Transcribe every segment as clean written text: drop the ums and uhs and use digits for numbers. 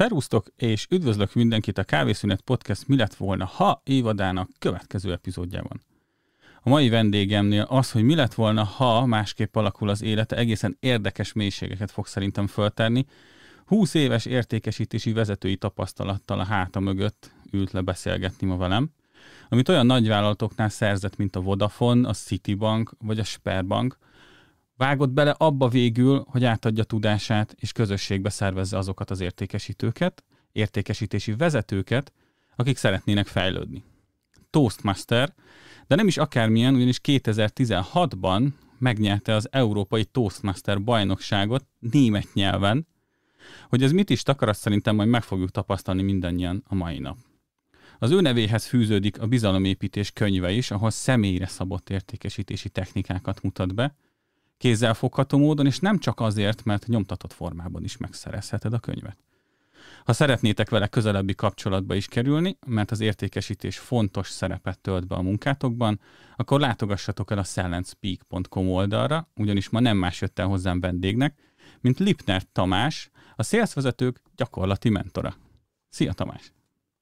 Szervusztok, és üdvözlök mindenkit a Kávészünet Podcast Mi lett volna, ha évadának következő epizódjában. A mai vendégemnél az, hogy mi lett volna, ha másképp alakul az élete, egészen érdekes mélységeket fog szerintem föltárni. 20 éves értékesítési vezetői tapasztalattal a háta mögött ült le beszélgetni ma velem, amit olyan nagyvállalatoknál szerzett, mint a Vodafone, a Citibank vagy a Sberbank, vágott bele abba végül, hogy átadja tudását és közösségbe szervezze azokat az értékesítőket, értékesítési vezetőket, akik szeretnének fejlődni. Toastmaster, de nem is akármilyen, ugyanis 2016-ban megnyerte az Európai Toastmaster bajnokságot német nyelven. Hogy ez mit is takar, azt szerintem majd meg fogjuk tapasztalni mindannyian a mai nap. Az ő nevéhez fűződik a bizalomépítés könyve is, ahol személyre szabott értékesítési technikákat mutat be, kézzelfogható módon, és nem csak azért, mert nyomtatott formában is megszerezheted a könyvet. Ha szeretnétek vele közelebbi kapcsolatba is kerülni, mert az értékesítés fontos szerepet tölt be a munkátokban, akkor látogassatok el a sellandspeak.com oldalra, ugyanis ma nem más jött el hozzám vendégnek, mint Lipner Tamás, a szélszvezetők gyakorlati mentora. Szia Tamás!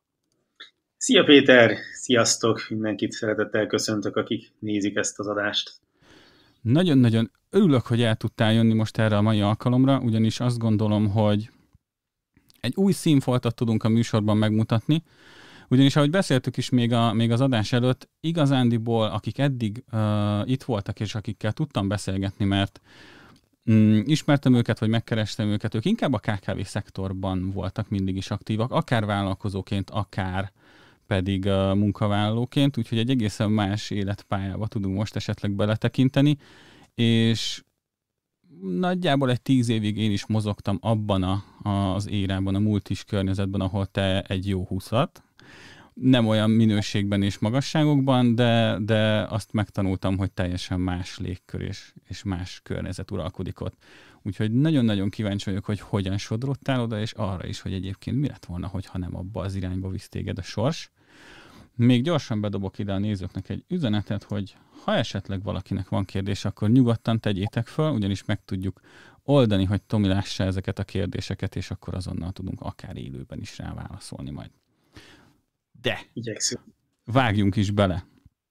Szia Péter! Sziasztok! Mindenkit szeretettel köszöntök, akik nézik ezt az adást. Nagyon-nagyon örülök, hogy el tudtál jönni most erre a mai alkalomra, ugyanis azt gondolom, hogy egy új színfoltot tudunk a műsorban megmutatni, ugyanis ahogy beszéltük is még az adás előtt, igazándiból akik eddig itt voltak, és akikkel tudtam beszélgetni, mert ismertem őket, vagy megkerestem őket, ők inkább a KKV szektorban voltak mindig is aktívak, akár vállalkozóként, akár pedig munkavállalóként, úgyhogy egy egészen más életpályába tudunk most esetleg beletekinteni, és nagyjából egy 10 évig én is mozogtam abban az érában, a multis környezetben, ahol te egy jó 20-at. Nem olyan minőségben és magasságokban, de azt megtanultam, hogy teljesen más légkör és más környezet uralkodik ott. Úgyhogy nagyon-nagyon kíváncsi vagyok, hogy hogyan sodrottál oda, és arra is, hogy egyébként mi lett volna, hogyha nem abba az irányba visz téged a sors. Még gyorsan bedobok ide a nézőknek egy üzenetet, hogy ha esetleg valakinek van kérdés, akkor nyugodtan tegyétek föl, ugyanis meg tudjuk oldani, hogy Tomi lássa ezeket a kérdéseket, és akkor azonnal tudunk akár élőben is rá válaszolni majd. De igyekszünk. Vágjunk is bele.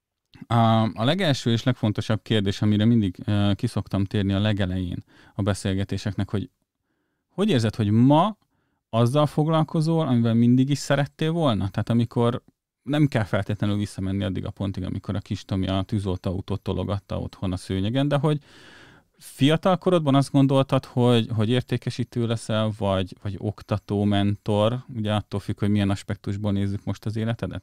A legelső és legfontosabb kérdés, amire mindig kiszoktam térni a legelején a beszélgetéseknek, hogy érzed, hogy ma azzal foglalkozol, amivel mindig is szerettél volna? Tehát amikor nem kell feltétlenül visszamenni addig a pontig, amikor a kis Tomi a tűzoltóautót tologatta otthon a szőnyegen, de hogy fiatal korodban azt gondoltad, hogy értékesítő leszel, vagy oktató, mentor, ugye attól függ, hogy milyen aspektusból nézzük most az életedet?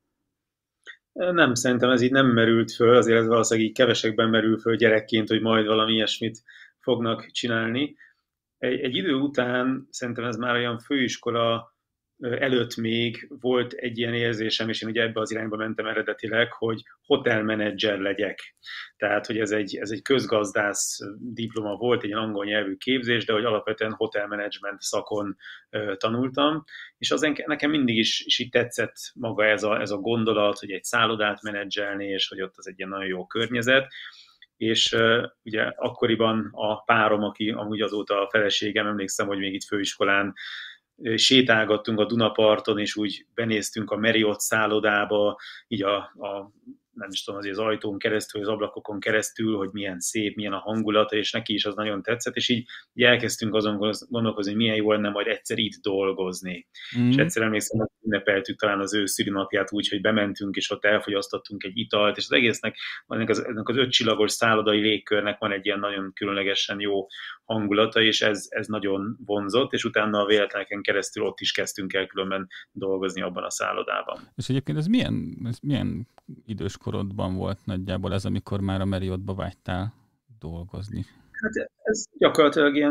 Nem, szerintem ez így nem merült föl, azért ez valószínűleg így kevesekben merül föl gyerekként, hogy majd valami ilyesmit fognak csinálni. Egy idő után szerintem ez már olyan főiskola előtt még volt egy ilyen érzésem, és én ugye ebbe az irányba mentem eredetileg, hogy hotelmenedzser legyek. Tehát, hogy ez egy közgazdász diploma volt, egy angol nyelvű képzés, de hogy alapvetően hotelmenedzsment szakon tanultam, és az nekem mindig is így tetszett maga ez a gondolat, hogy egy szállodát menedzselni, és hogy ott az egy ilyen nagyon jó környezet. És ugye akkoriban a párom, aki amúgy azóta a feleségem, emlékszem, hogy még itt főiskolán sétálgattunk a Dunaparton, és úgy benéztünk a Marriott szállodába, így nem is tudom, azért az ajtón keresztül, az ablakokon keresztül, hogy milyen szép, milyen a hangulata, és neki is az nagyon tetszett, és így elkezdtünk azon gondolkozni, hogy milyen jó lenne majd egyszer itt dolgozni. És egyszer emlékszem, hogy ünnepeltük talán az ő szülinapját úgy, hogy bementünk, és ott elfogyasztottunk egy italt, és az egésznek, ennek az 5 csillagos szállodai légkörnek van egy ilyen nagyon különlegesen jó hangulata, és ez nagyon vonzott, és utána a véletleneken keresztül ott is kezdtünk el különben dolgozni abban a szállodában. És egyébként ez milyen idős korodban volt nagyjából ez, amikor már a Marriottba vágytál dolgozni? Hát ez gyakorlatilag ilyen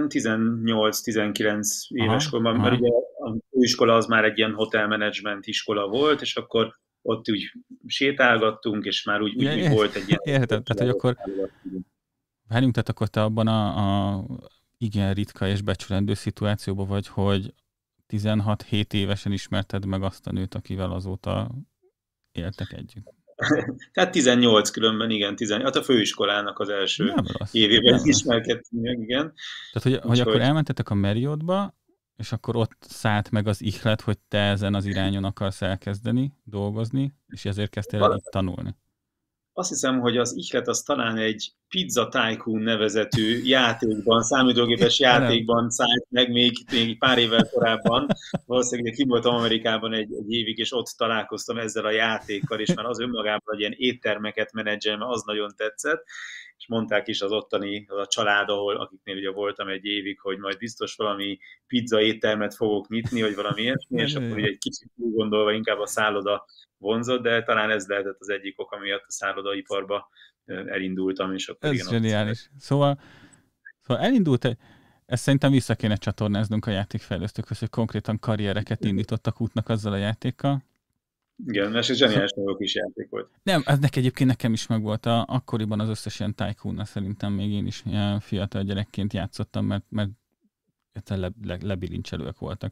18-19 éves korban, mert ugye a főiskola az már egy ilyen hotelmenedzsment iskola volt, és akkor ott úgy sétálgattunk, és már úgy volt egy ilyen... Érted, tehát hogy akkor... Várjunk, tehát akkor te abban a igen ritka és becsülendő szituációban vagy, hogy 16-7 évesen ismerted meg azt a nőt, akivel azóta éltek együtt. Tehát 18 különben, igen, hát a főiskolának az első évében ismerkedtünk meg, igen. Tehát, hogy akkor elmentetek a Marriottba, és akkor ott szállt meg az ihlet, hogy te ezen az irányon akarsz elkezdeni, dolgozni, és ezért kezdtél el itt tanulni. Azt hiszem, hogy az ihlet az talán egy Pizza Tycoon nevezetű játékban, számítógépes játékban szállt meg még pár évvel korábban. Valószínűleg kim voltam Amerikában egy évig, és ott találkoztam ezzel a játékkal, és már az önmagában egy ilyen éttermeket menedzselme, az nagyon tetszett. És mondták is az ottani, az a család, akiknél ugye voltam egy évig, hogy majd biztos valami pizza éttermet fogok nyitni, vagy valami ilyesmi, és akkor ugye egy kicsit úgy gondolva inkább a szálloda vonzott, de talán ez lehetett az egyik ok, amiatt a szállodaiparba elindultam, és akkor ez igen. Zseniális. Szóval elindult, ezt szerintem vissza kéne csatornáznunk a játékfejlesztőkhöz, hogy konkrétan karriereket indítottak útnak azzal a játékkal. Igen, mert ez zseniális nagyon kis játék volt. Nem, ez egyébként nekem is megvolt. Akkoriban az összes ilyen Tycoon-nal szerintem még én is ilyen fiatal gyerekként játszottam, mert lebilincselőek voltak.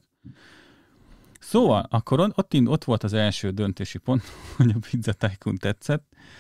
Szóval, akkor ott volt az első döntési pont, hogy a Pizza Tycoon tetszett.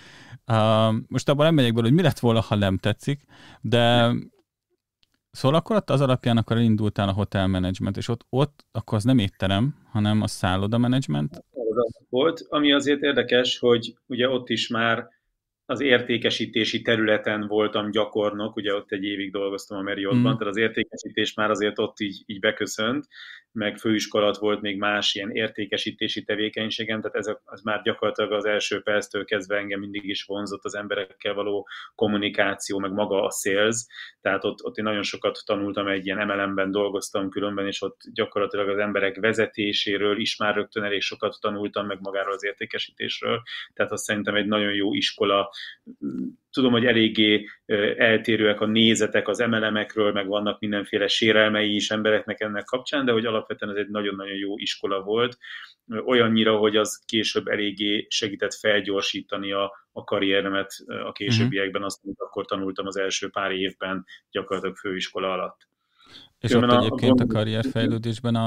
Most abban nem megyek bele, hogy mi lett volna, ha nem tetszik, de szóval akkor ott az alapján akkor elindultál a hotel management, és ott akkor az nem étterem, hanem a szálloda management. Volt, ami azért érdekes, hogy ugye ott is már az értékesítési területen voltam gyakornok, ugye ott egy évig dolgoztam a Marriottban, tehát az értékesítés már azért ott így beköszönt, meg főiskolat volt még más ilyen értékesítési tevékenységem, tehát az már gyakorlatilag az első perctől kezdve engem mindig is vonzott az emberekkel való kommunikáció, meg maga a sales, tehát ott én nagyon sokat tanultam, egy ilyen MLM-ben dolgoztam különben, és ott gyakorlatilag az emberek vezetéséről is már rögtön elég sokat tanultam, meg magáról az értékesítésről, tehát azt szerintem egy nagyon jó iskola. Tudom, hogy eléggé eltérőek a nézetek az MLM-ekről, meg vannak mindenféle sérelmei is embereknek ennek kapcsán, de hogy alapvetően ez egy nagyon-nagyon jó iskola volt, olyannyira, hogy az később eléggé segített felgyorsítani a karrieremet a későbbiekben, azt, amit akkor tanultam az első pár évben gyakorlatilag főiskola alatt. És ott egyébként a karrierfejlődésben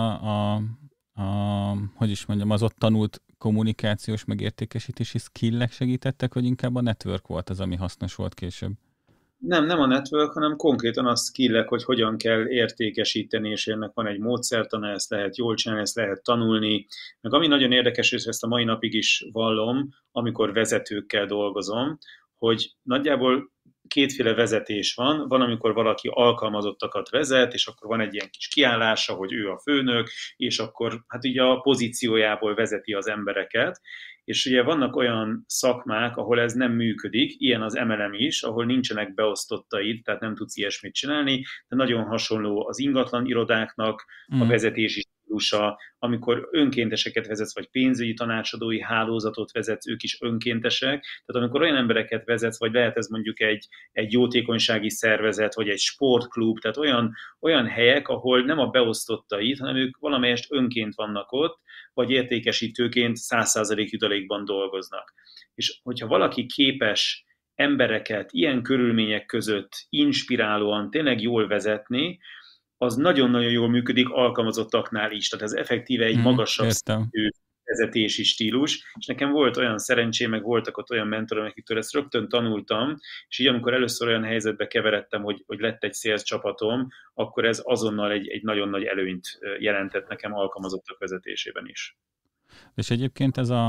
hogy is mondjam, az ott tanult kommunikációs meg értékesítési skillek segítettek, hogy inkább a network volt az, ami hasznos volt később? Nem a network, hanem konkrétan a skillek, hogy hogyan kell értékesíteni, és ennek van egy módszertana, ezt lehet jól csinálni, ezt lehet tanulni. Meg ami nagyon érdekes, és ezt a mai napig is vallom, amikor vezetőkkel dolgozom, hogy nagyjából kétféle vezetés van, amikor valaki alkalmazottakat vezet, és akkor van egy ilyen kis kiállása, hogy ő a főnök, és akkor hát ugye a pozíciójából vezeti az embereket, és ugye vannak olyan szakmák, ahol ez nem működik, ilyen az MLM is, ahol nincsenek beosztottaid, tehát nem tudsz ilyesmit csinálni, de nagyon hasonló az ingatlan irodáknak a vezetési stílusa, amikor önkénteseket vezetsz, vagy pénzügyi tanácsadói hálózatot vezetsz, ők is önkéntesek, tehát amikor olyan embereket vezetsz, vagy lehet ez mondjuk egy jótékonysági szervezet, vagy egy sportklub, tehát olyan helyek, ahol nem a beosztottaid, hanem ők valamelyest önként vannak ott, vagy értékesítőként 100% jutalékban dolgoznak. És hogyha valaki képes embereket ilyen körülmények között inspirálóan tényleg jól vezetni, az nagyon-nagyon jól működik alkalmazottaknál is. Tehát ez effektíve egy magasabb szintű vezetési stílus, és nekem volt olyan szerencsém, meg voltak ott olyan mentorom, akiktől ezt rögtön tanultam, és így amikor először olyan helyzetbe keveredtem, hogy lett egy sales csapatom, akkor ez azonnal egy nagyon nagy előnyt jelentett nekem alkalmazottak vezetésében is. És egyébként ez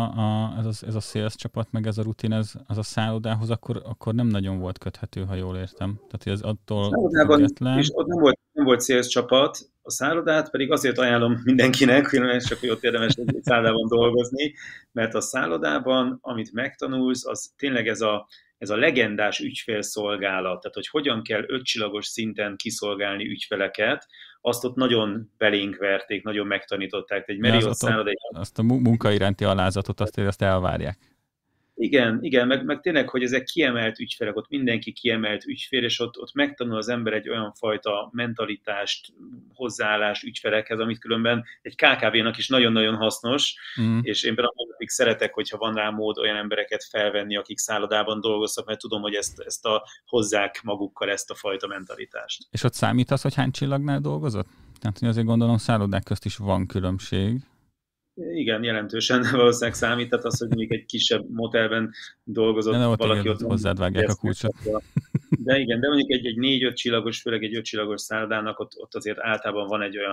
a sales csapat, meg ez a rutin, az a szállodához akkor nem nagyon volt köthető, ha jól értem. Tehát ez attól független. És ott nem volt sales csapat, a szállodát pedig azért ajánlom mindenkinek, hogy csak hogy ott érdemes egy szállodában dolgozni, mert a szállodában, amit megtanulsz, az tényleg ez a legendás ügyfélszolgálat, tehát hogy hogyan kell 5 csillagos szinten kiszolgálni ügyfeleket, azt ott nagyon belénk verték, nagyon megtanították. Egy Marriott szálloda... Azt a munka iránti alázatot, azt elvárják. Igen, meg tényleg, hogy ezek kiemelt ügyfelek, ott mindenki kiemelt ügyfél, és ott megtanul az ember egy olyan fajta mentalitást, hozzáállást ügyfelekhez, amit különben egy KKV-nak is nagyon-nagyon hasznos, és én például szeretek, hogyha van rá mód olyan embereket felvenni, akik szállodában dolgoznak, mert tudom, hogy ezt hozzák magukkal ezt a fajta mentalitást. És ott számít az, hogy hány csillagnál dolgozott? Tehát azért gondolom szállodák közt is van különbség. Igen, jelentősen valószínűleg számít, tehát az, hogy még egy kisebb motelben dolgozott valaki ott. Hozzád vágják a kulcsot. De igen, de mondjuk egy 4-5 csillagos, főleg egy 5 csillagos szállodának ott azért általában van egy olyan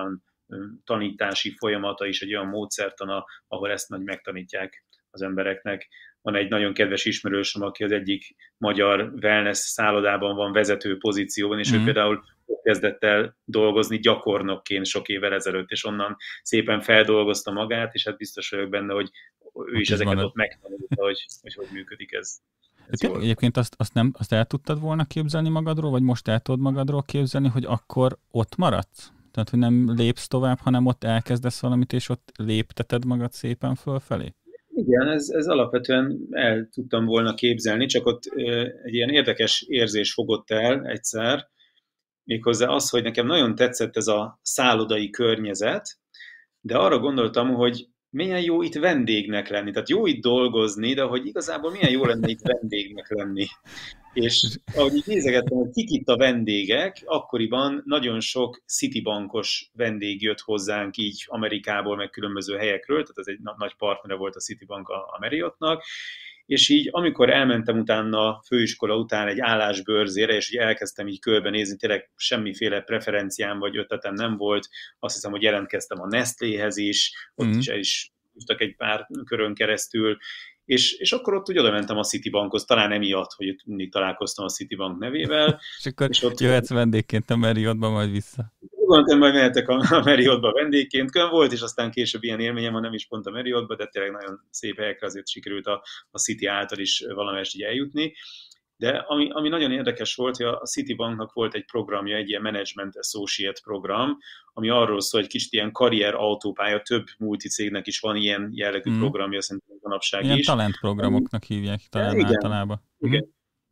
tanítási folyamata is, egy olyan módszertana, ahol ezt nagy megtanítják az embereknek. Van egy nagyon kedves ismerősöm, aki az egyik magyar wellness szállodában van vezető pozícióban, és ő például kezdett el dolgozni gyakornokként sok évvel ezelőtt, és onnan szépen feldolgozta magát, és hát biztos vagyok benne, hogy ő is ezeket ott megtanulta, hogy működik ez. Egyébként azt el tudtad volna képzelni magadról, vagy most el tudod magadról képzelni, hogy akkor ott maradsz? Tehát, hogy nem lépsz tovább, hanem ott elkezdesz valamit, és ott lépteted magad szépen fölfelé? Igen, ez alapvetően el tudtam volna képzelni, csak ott egy ilyen érdekes érzés fogott el egyszer, méghozzá az, hogy nekem nagyon tetszett ez a szállodai környezet, de arra gondoltam, hogy milyen jó itt vendégnek lenni. Tehát jó itt dolgozni, de hogy igazából milyen jó lenne itt vendégnek lenni. És ahogy így nézegettem, hogy kik itt a vendégek, akkoriban nagyon sok Citibankos vendég jött hozzánk így Amerikából, meg különböző helyekről, tehát ez egy nagy partnere volt a Citibank a Marriottnak, és így amikor elmentem utána főiskola után egy állásbőrzére, és így elkezdtem így körbenézni, tényleg semmiféle preferenciám vagy ötletem nem volt, azt hiszem, hogy jelentkeztem a Nestléhez is, ott is el is hívtak egy pár körön keresztül, és akkor ott úgy oda mentem a Citibankhoz, talán emiatt, hogy mindig találkoztam a Citibank nevével. És akkor ott jöhetsz vendégként a Marriottba majd vissza. Gondoltam, majd mehetek a Marriottba vendégként. Volt, és aztán később ilyen élményem van, nem is pont a Marriottba, de tényleg nagyon szép helyekre azért sikerült a City által is valamelyest így eljutni. De ami nagyon érdekes volt, hogy a Citibanknak volt egy programja, egy ilyen Management Associate program, ami arról szól, hogy kicsit ilyen karrier autópálya, több multicégnek is van ilyen jellegű programja, szerintem manapság is. Ilyen talentprogramoknak hívják talán általában. Igen.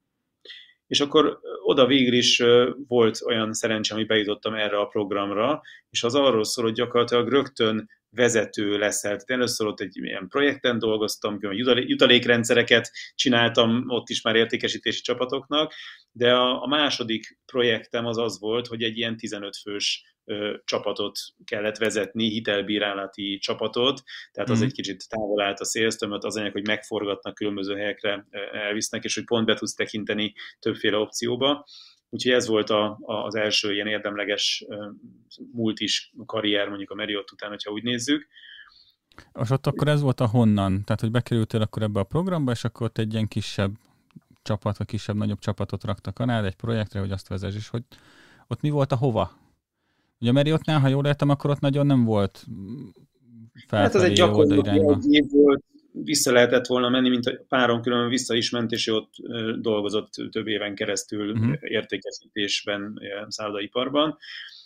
És akkor oda végül is volt olyan szerencsém, hogy bejutottam erre a programra, és az arról szól, hogy gyakorlatilag rögtön vezető leszel. Tehát először ott egy ilyen projekten dolgoztam, jutalékrendszereket csináltam ott is már értékesítési csapatoknak, de a második projektem az volt, hogy egy ilyen 15 fős csapatot kellett vezetni, hitelbírálati csapatot, tehát az egy kicsit távol állt a sales-től, mert az anyag, hogy megforgatnak, különböző helyekre elvisznek, és hogy pont be tudsz tekinteni többféle opcióba. Úgyhogy ez volt az első ilyen érdemleges multis karrier, mondjuk a Marriott után, hogyha úgy nézzük. És ott akkor ez volt a honnan? Tehát, hogy bekerültél akkor ebbe a programba, és akkor ott egy ilyen kisebb csapat, vagy kisebb-nagyobb csapatot raktak alád egy projektre, hogy azt vezess, és hogy ott mi volt a hova? Ugye a Marriottnál, ha jól értem, akkor ott nagyon nem volt felfelé. Hát ez egy gyakorlatilag egy év volt, vissza lehetett volna menni, mint a páron különben vissza is ment, és ott dolgozott több éven keresztül értékesítésben, szállodaiparban.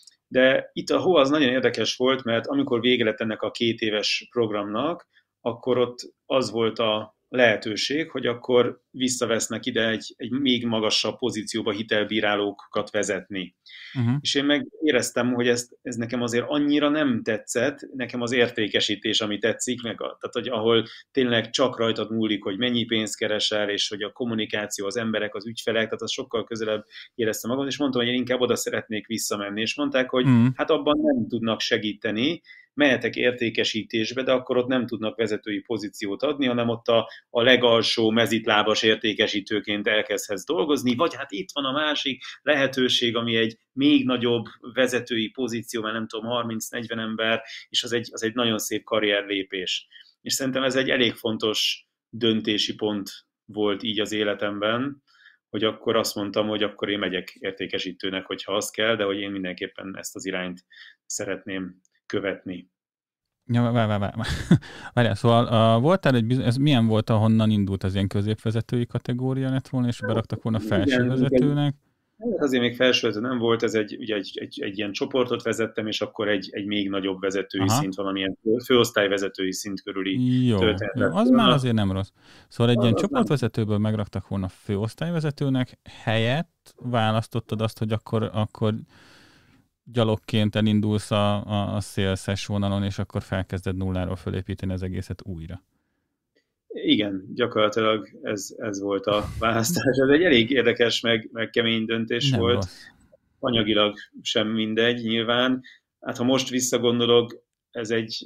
De itt a hova az nagyon érdekes volt, mert amikor vége lett ennek a 2 éves programnak, akkor ott az volt a lehetőség, hogy akkor visszavesznek ide egy még magasabb pozícióba hitelbírálókat vezetni. És én meg éreztem, hogy ez nekem azért annyira nem tetszett, nekem az értékesítés, ami tetszik, tehát hogy ahol tényleg csak rajtad múlik, hogy mennyi pénzt keresel, és hogy a kommunikáció, az emberek, az ügyfelek, tehát az sokkal közelebb éreztem magam, és mondtam, hogy én inkább oda szeretnék visszamenni, és mondták, hogy hát abban nem tudnak segíteni, mehetek értékesítésbe, de akkor ott nem tudnak vezetői pozíciót adni, hanem ott a legalsó mezitlábas értékesítőként elkezdhetsz dolgozni, vagy hát itt van a másik lehetőség, ami egy még nagyobb vezetői pozíció, mert nem tudom, 30-40 ember, és az egy nagyon szép karrierlépés. És szerintem ez egy elég fontos döntési pont volt így az életemben, hogy akkor azt mondtam, hogy akkor én megyek értékesítőnek, hogyha az kell, de hogy én mindenképpen ezt az irányt szeretném követni. Ja, várjál, szóval voltál ez milyen volt, ahonnan indult, az ilyen középvezetői kategória lett volna, és beraktak volna felsővezetőnek? Azért még felsővezető nem volt, ez egy ilyen csoportot vezettem, és akkor egy még nagyobb vezetői szint, valamilyen főosztályvezetői szint körüli történet. Jó, az már azért nem rossz. Szóval egy ilyen csoportvezetőből megraktak volna főosztályvezetőnek, helyett választottad azt, hogy akkor gyalogként elindulsz a sales-es vonalon, és akkor felkezded nulláról fölépíteni az egészet újra. Igen, gyakorlatilag ez volt a választás. Ez egy elég érdekes, meg kemény döntés nem volt. Rossz. Anyagilag sem mindegy, nyilván. Hát ha most visszagondolok, ez egy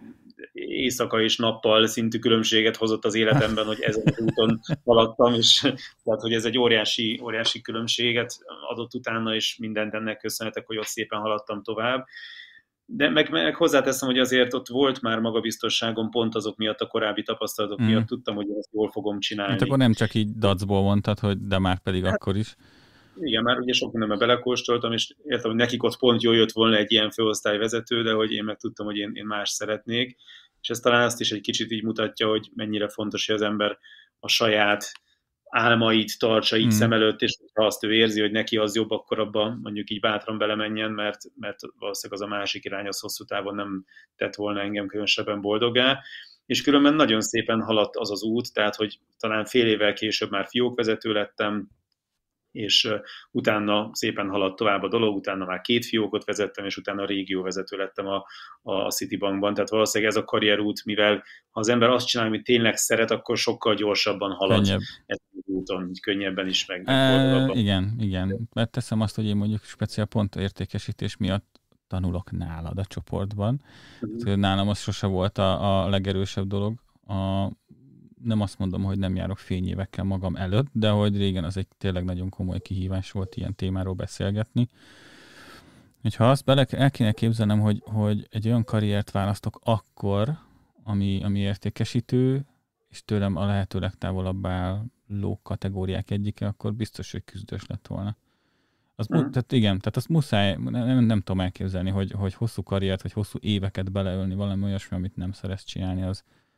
éjszaka és nappal szintű különbséget hozott az életemben, hogy ezen az úton haladtam, és tehát, hogy ez egy óriási különbséget adott utána, és mindent ennek köszönhetek, hogy ott szépen haladtam tovább. De meg hozzáteszem, hogy azért ott volt már magabiztosságom pont azok miatt, a korábbi tapasztalatok miatt tudtam, hogy ezt jól fogom Hát akkor csinálni. nem csak így dacból mondtad, hogy de már pedig Hát, akkor is. igen, már ugye sok mindenben belekóstoltam, és értem, hogy nekik ott pont jól jött volna egy ilyen főosztályvezető, de hogy én meg tudtam, hogy én más szeretnék. És ez talán azt is egy kicsit így mutatja, hogy mennyire fontos, hogy az ember a saját álmait tartsa így szem előtt, és ha azt ő érzi, hogy neki az jobb, akkor abban mondjuk így bátran belemenjen, mert valószínűleg az a másik irány az hosszú távon nem tett volna engem különösebben boldoggá. És különben nagyon szépen haladt az az út, tehát hogy talán fél évvel később már fiókvezető lettem, és utána szépen haladt tovább a dolog, utána már 2 fiókot vezettem, és utána régióvezető lettem a Citibankban. Tehát valószínűleg ez a karrierút, mivel ha az ember azt csinál, amit tényleg szeret, akkor sokkal gyorsabban halad Könnyebb. ezen az úton, könnyebben is, meg boldogabban. Igen. Mert teszem azt, hogy én mondjuk speciál pont értékesítés miatt tanulok nálad a csoportban. Nálam az sose volt a legerősebb dolog. Nem azt mondom, hogy nem járok fényévekkel magam előtt, de hogy régen az egy tényleg nagyon komoly kihívás volt ilyen témáról beszélgetni. Ha azt el kéne képzelnem, hogy egy olyan karriert választok akkor, ami értékesítő, és tőlem a lehető legtávolabb álló kategóriák egyike, akkor biztos, hogy küzdős lett volna. Tehát igen, tehát azt muszáj, nem tudom elképzelni, hogy hosszú karriert, vagy hosszú éveket beleölni valami olyasmi, amit nem szeretsz csinálni, az...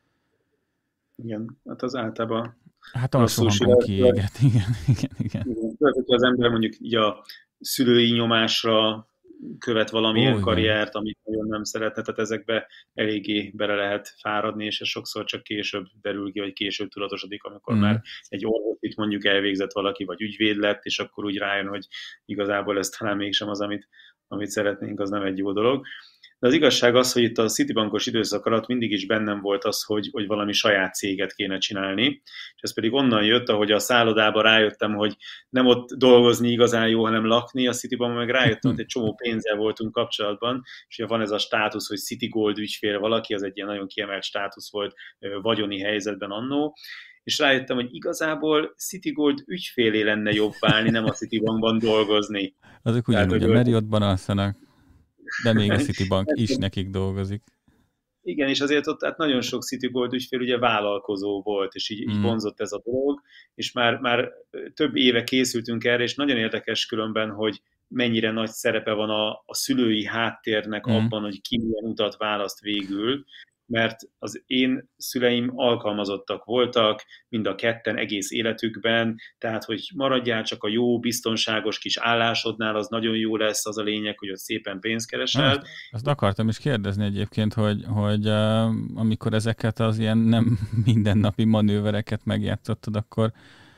Igen, hát az általában... Hát alsó hangon kiéget, igen. Hogyha az ember mondjuk így a szülői nyomásra követ valamilyen karriert, amit nagyon nem szeretne, tehát ezekbe eléggé bele lehet fáradni, és ez sokszor csak később derül ki, vagy később tudatosodik, amikor már egy orvosit mondjuk elvégzett valaki, vagy ügyvéd lett, és akkor úgy rájön, hogy igazából ez talán mégsem az, amit szeretnénk, az nem egy jó dolog. De az igazság az, hogy itt a Citibankos időszak alatt mindig is bennem volt az, hogy valami saját céget kéne csinálni, és ez pedig onnan jött, ahogy a szállodába rájöttem, hogy nem ott dolgozni igazán jó, hanem lakni, a Citibankban meg rájöttem, hogy egy csomó pénzzel voltunk kapcsolatban, és van ez a státusz, hogy Citigold ügyfél valaki, az egy ilyen nagyon kiemelt státusz volt vagyoni helyzetben annó, és rájöttem, hogy igazából Citigold ügyfélé lenne jobb válni, nem a Citibankban dolgozni. Azok ugyanúgy a Marriottban alszanak, de még a Citibank is nekik dolgozik. Igen, és azért ott hát nagyon sok Citigold ügyfél ugye vállalkozó volt, és így vonzott ez a dolog, és már több éve készültünk erre, és nagyon érdekes különben, hogy mennyire nagy szerepe van a szülői háttérnek abban, hogy ki milyen utat választ végül, mert az én szüleim alkalmazottak voltak, mind a ketten egész életükben, tehát hogy maradjál csak a jó, biztonságos kis állásodnál, az nagyon jó lesz, az a lényeg, hogy ott szépen pénzt keresel. Azt akartam is kérdezni egyébként, hogy amikor ezeket az ilyen nem mindennapi manővereket megjátszottad, akkor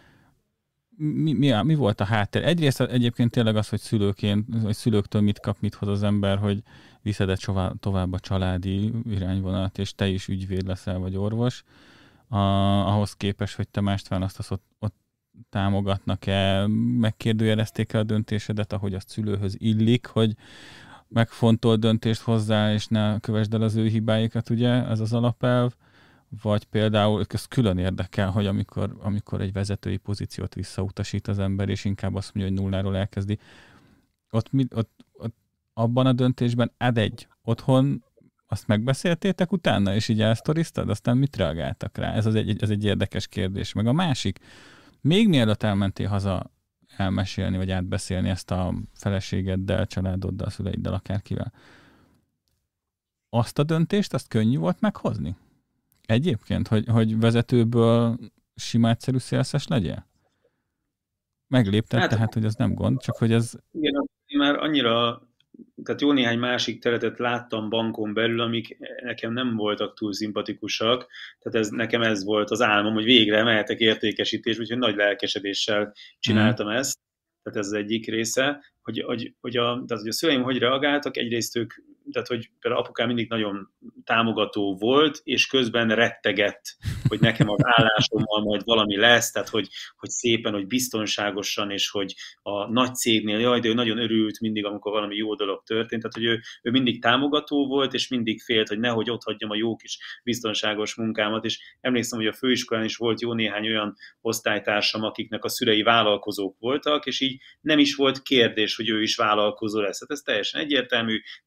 mi volt a háttér? Egyrészt egyébként tényleg az, hogy szülőktől mit kap, mit hoz az ember, hogy viszed tovább a családi irányvonalat, és te is ügyvéd leszel, vagy orvos, ahhoz képest, hogy te mást választasz, ott támogatnak-e, megkérdőjelezték-e a döntésedet, ahogy azt szülőhöz illik, hogy megfontolt döntést hozzá, és ne kövesd el az ő hibáikat, ugye? Ez az alapelv. Vagy például, ez külön érdekel, hogy amikor egy vezetői pozíciót visszautasít az ember, és inkább azt mondja, hogy nulláról elkezdi, ott abban a döntésben otthon azt megbeszéltétek utána, és így elsztoriztad, aztán mit reagáltak rá? Ez egy érdekes kérdés. Meg a másik, még mielőtt elmentél haza elmesélni, vagy átbeszélni ezt a feleségeddel, családoddal, szüleiddel, akárkivel, azt a döntést, azt könnyű volt meghozni? Egyébként, hogy vezetőből sima egyszerű szélszes legyél? Meglépted, tehát, hogy ez nem gond, csak hogy ez... Igen, már annyira, tehát jó néhány másik területet láttam bankon belül, amik nekem nem voltak túl szimpatikusak, tehát nekem ez volt az álmom, hogy végre mehetek értékesítés, úgyhogy nagy lelkesedéssel csináltam ezt, tehát ez az egyik része, hogy a szüleim hogy reagáltak, egyrészt ők, tehát hogy például apukám mindig nagyon támogató volt, és közben rettegett, hogy nekem az állásommal majd valami lesz, tehát hogy szépen, hogy biztonságosan, és hogy a nagy cégnél, de ő nagyon örült mindig, amikor valami jó dolog történt, tehát hogy ő mindig támogató volt, és mindig félt, hogy nehogy ott hagyjam a jó kis biztonságos munkámat, és emlékszem, hogy a főiskolán is volt jó néhány olyan osztálytársam, akiknek a szülei vállalkozók voltak, és így nem is volt kérdés, hogy ő is vállalkozó lesz. Hát ez teljesen egyértelmű, már csinál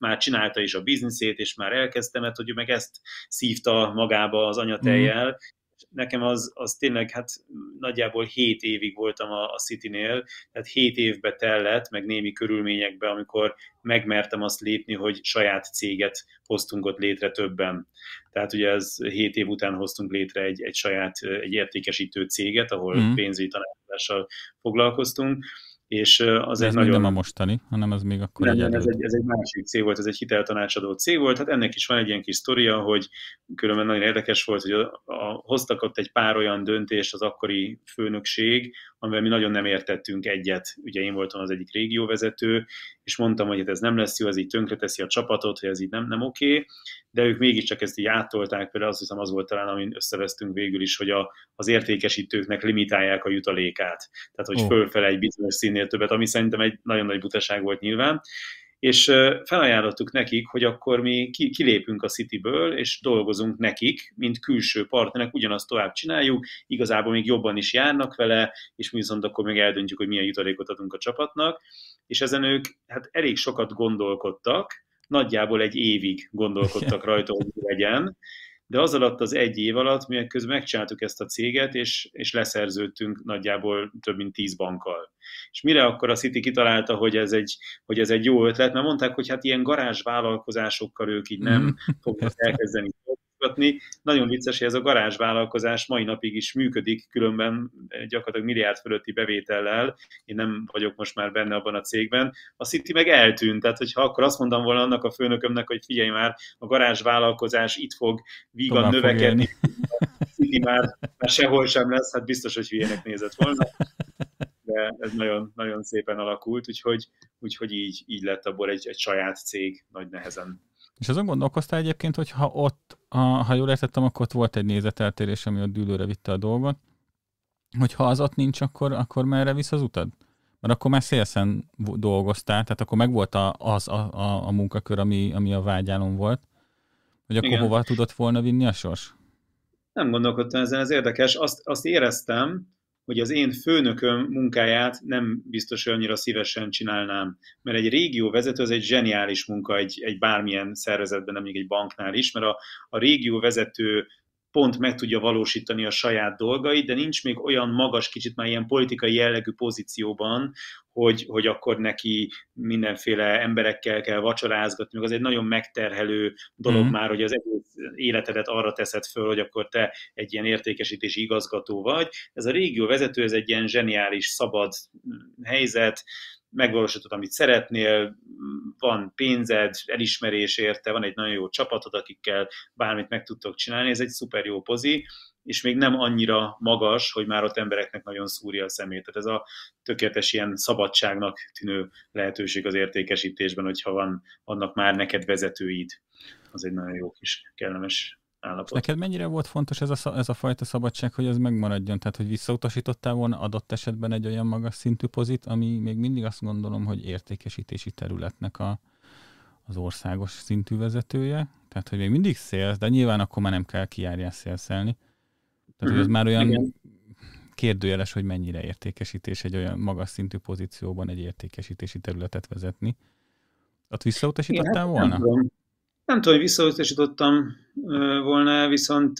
kitalálta is a bizniszét, és már elkezdte, mert hogy ő meg ezt szívta magába az anyatejjel. Nekem az tényleg, hát nagyjából 7 évig voltam a Citynél, tehát 7 évbe tellett, meg némi körülményekbe, amikor megmertem azt lépni, hogy saját céget hoztunk ott létre többen. Tehát ugye ez 7 év után hoztunk létre egy saját egy értékesítő céget, ahol pénzügyi tanácsadással foglalkoztunk, és az ez nagyon... nem a mostani, hanem ez még akkor nem, ez egy másik cég volt, ez egy hiteltanácsadó cég volt, hát ennek is van egy ilyen kis sztoria, hogy különben nagyon érdekes volt, hogy hoztak ott egy pár olyan döntést az akkori főnökség, amivel mi nagyon nem értettünk egyet. Ugye én voltam az egyik régióvezető, és mondtam, hogy ez nem lesz jó, ez így tönkreteszi a csapatot, hogy ez így nem oké, de ők mégiscsak ezt így áttolták, például azt hiszem az volt talán, amin összevesztünk végül is, hogy az értékesítőknek limitálják a jutalékát. Tehát, hogy fölfele egy bizonyos színnél többet, ami szerintem egy nagyon nagy butaság volt nyilván. És felajánlottuk nekik, hogy akkor mi kilépünk a Cityből, és dolgozunk nekik, mint külső partnerek, ugyanazt tovább csináljuk, igazából még jobban is járnak vele, és mi viszont akkor még eldöntjük, hogy milyen jutalékot adunk a csapatnak, és ezen ők hát elég sokat gondolkodtak, nagyjából egy évig gondolkodtak rajta, hogy legyen, de az alatt az egy év alatt mi közben megcsináltuk ezt a céget, és leszerződtünk nagyjából több mint 10 bankkal. És mire akkor a City kitalálta, hogy ez egy jó ötlet, mert mondták, hogy hát ilyen garázsvállalkozásokkal ők így nem fognak elkezdeni dolgozni. Nagyon vicces, hogy ez a garázsvállalkozás mai napig is működik, különben gyakorlatilag milliárd fölötti bevétellel. Én nem vagyok most már benne abban a cégben. A City meg eltűnt, tehát hogyha akkor azt mondtam volna annak a főnökömnek, hogy figyelj már, a garázsvállalkozás itt fog vígan növekedni, a City már sehol sem lesz, hát biztos, hogy hülyének nézett volna. De ez nagyon, nagyon szépen alakult, úgyhogy így lett abból egy saját cég nagy nehezen. És azon gondolkoztál egyébként, hogy ha ott, ha jól értettem, akkor ott volt egy nézeteltérés, ami ott dűlőre vitte a dolgot, hogy ha az ott nincs, akkor merre visz az utad? Mert akkor már szélszen dolgoztál, tehát akkor megvolt a munkakör, ami a vágyálom volt, hogy akkor igen. Hova tudott volna vinni a sors? Nem gondolkodtam ezen, ez érdekes. Azt éreztem, hogy az én főnököm munkáját nem biztos, hogy annyira szívesen csinálnám. Mert egy régióvezető az egy zseniális munka egy bármilyen szervezetben, nem még egy banknál is, mert a régióvezető pont meg tudja valósítani a saját dolgait, de nincs még olyan magas, kicsit már ilyen politikai jellegű pozícióban, hogy akkor neki mindenféle emberekkel kell vacsorázgatni, meg az egy nagyon megterhelő dolog már, hogy az egész életedet arra teszed föl, hogy akkor te egy ilyen értékesítési igazgató vagy. Ez a régióvezető, ez egy ilyen zseniális, szabad helyzet, megvalósítod, amit szeretnél, van pénzed, elismerés érte, van egy nagyon jó csapatod, akikkel bármit meg tudtok csinálni, ez egy szuper jó pozi, és még nem annyira magas, hogy már ott embereknek nagyon szúrja a szemét. Tehát ez a tökéletes ilyen szabadságnak tűnő lehetőség az értékesítésben, hogyha vannak már neked vezetőid. Az egy nagyon jó kis kellemes állapot. Neked mennyire volt fontos ez a fajta szabadság, hogy ez megmaradjon? Tehát, hogy visszautasítottál volna adott esetben egy olyan magas szintű pozit, ami még mindig azt gondolom, hogy értékesítési területnek az országos szintű vezetője. Tehát, hogy még mindig sales, de nyilván akkor már nem kell kijárjál saleszelni. Tehát, hogy ez már olyan kérdőjeles, hogy mennyire értékesítés egy olyan magas szintű pozícióban egy értékesítési területet vezetni. Ott visszautasítottál volna? Nem tudom, hogy visszautasítottam volna, viszont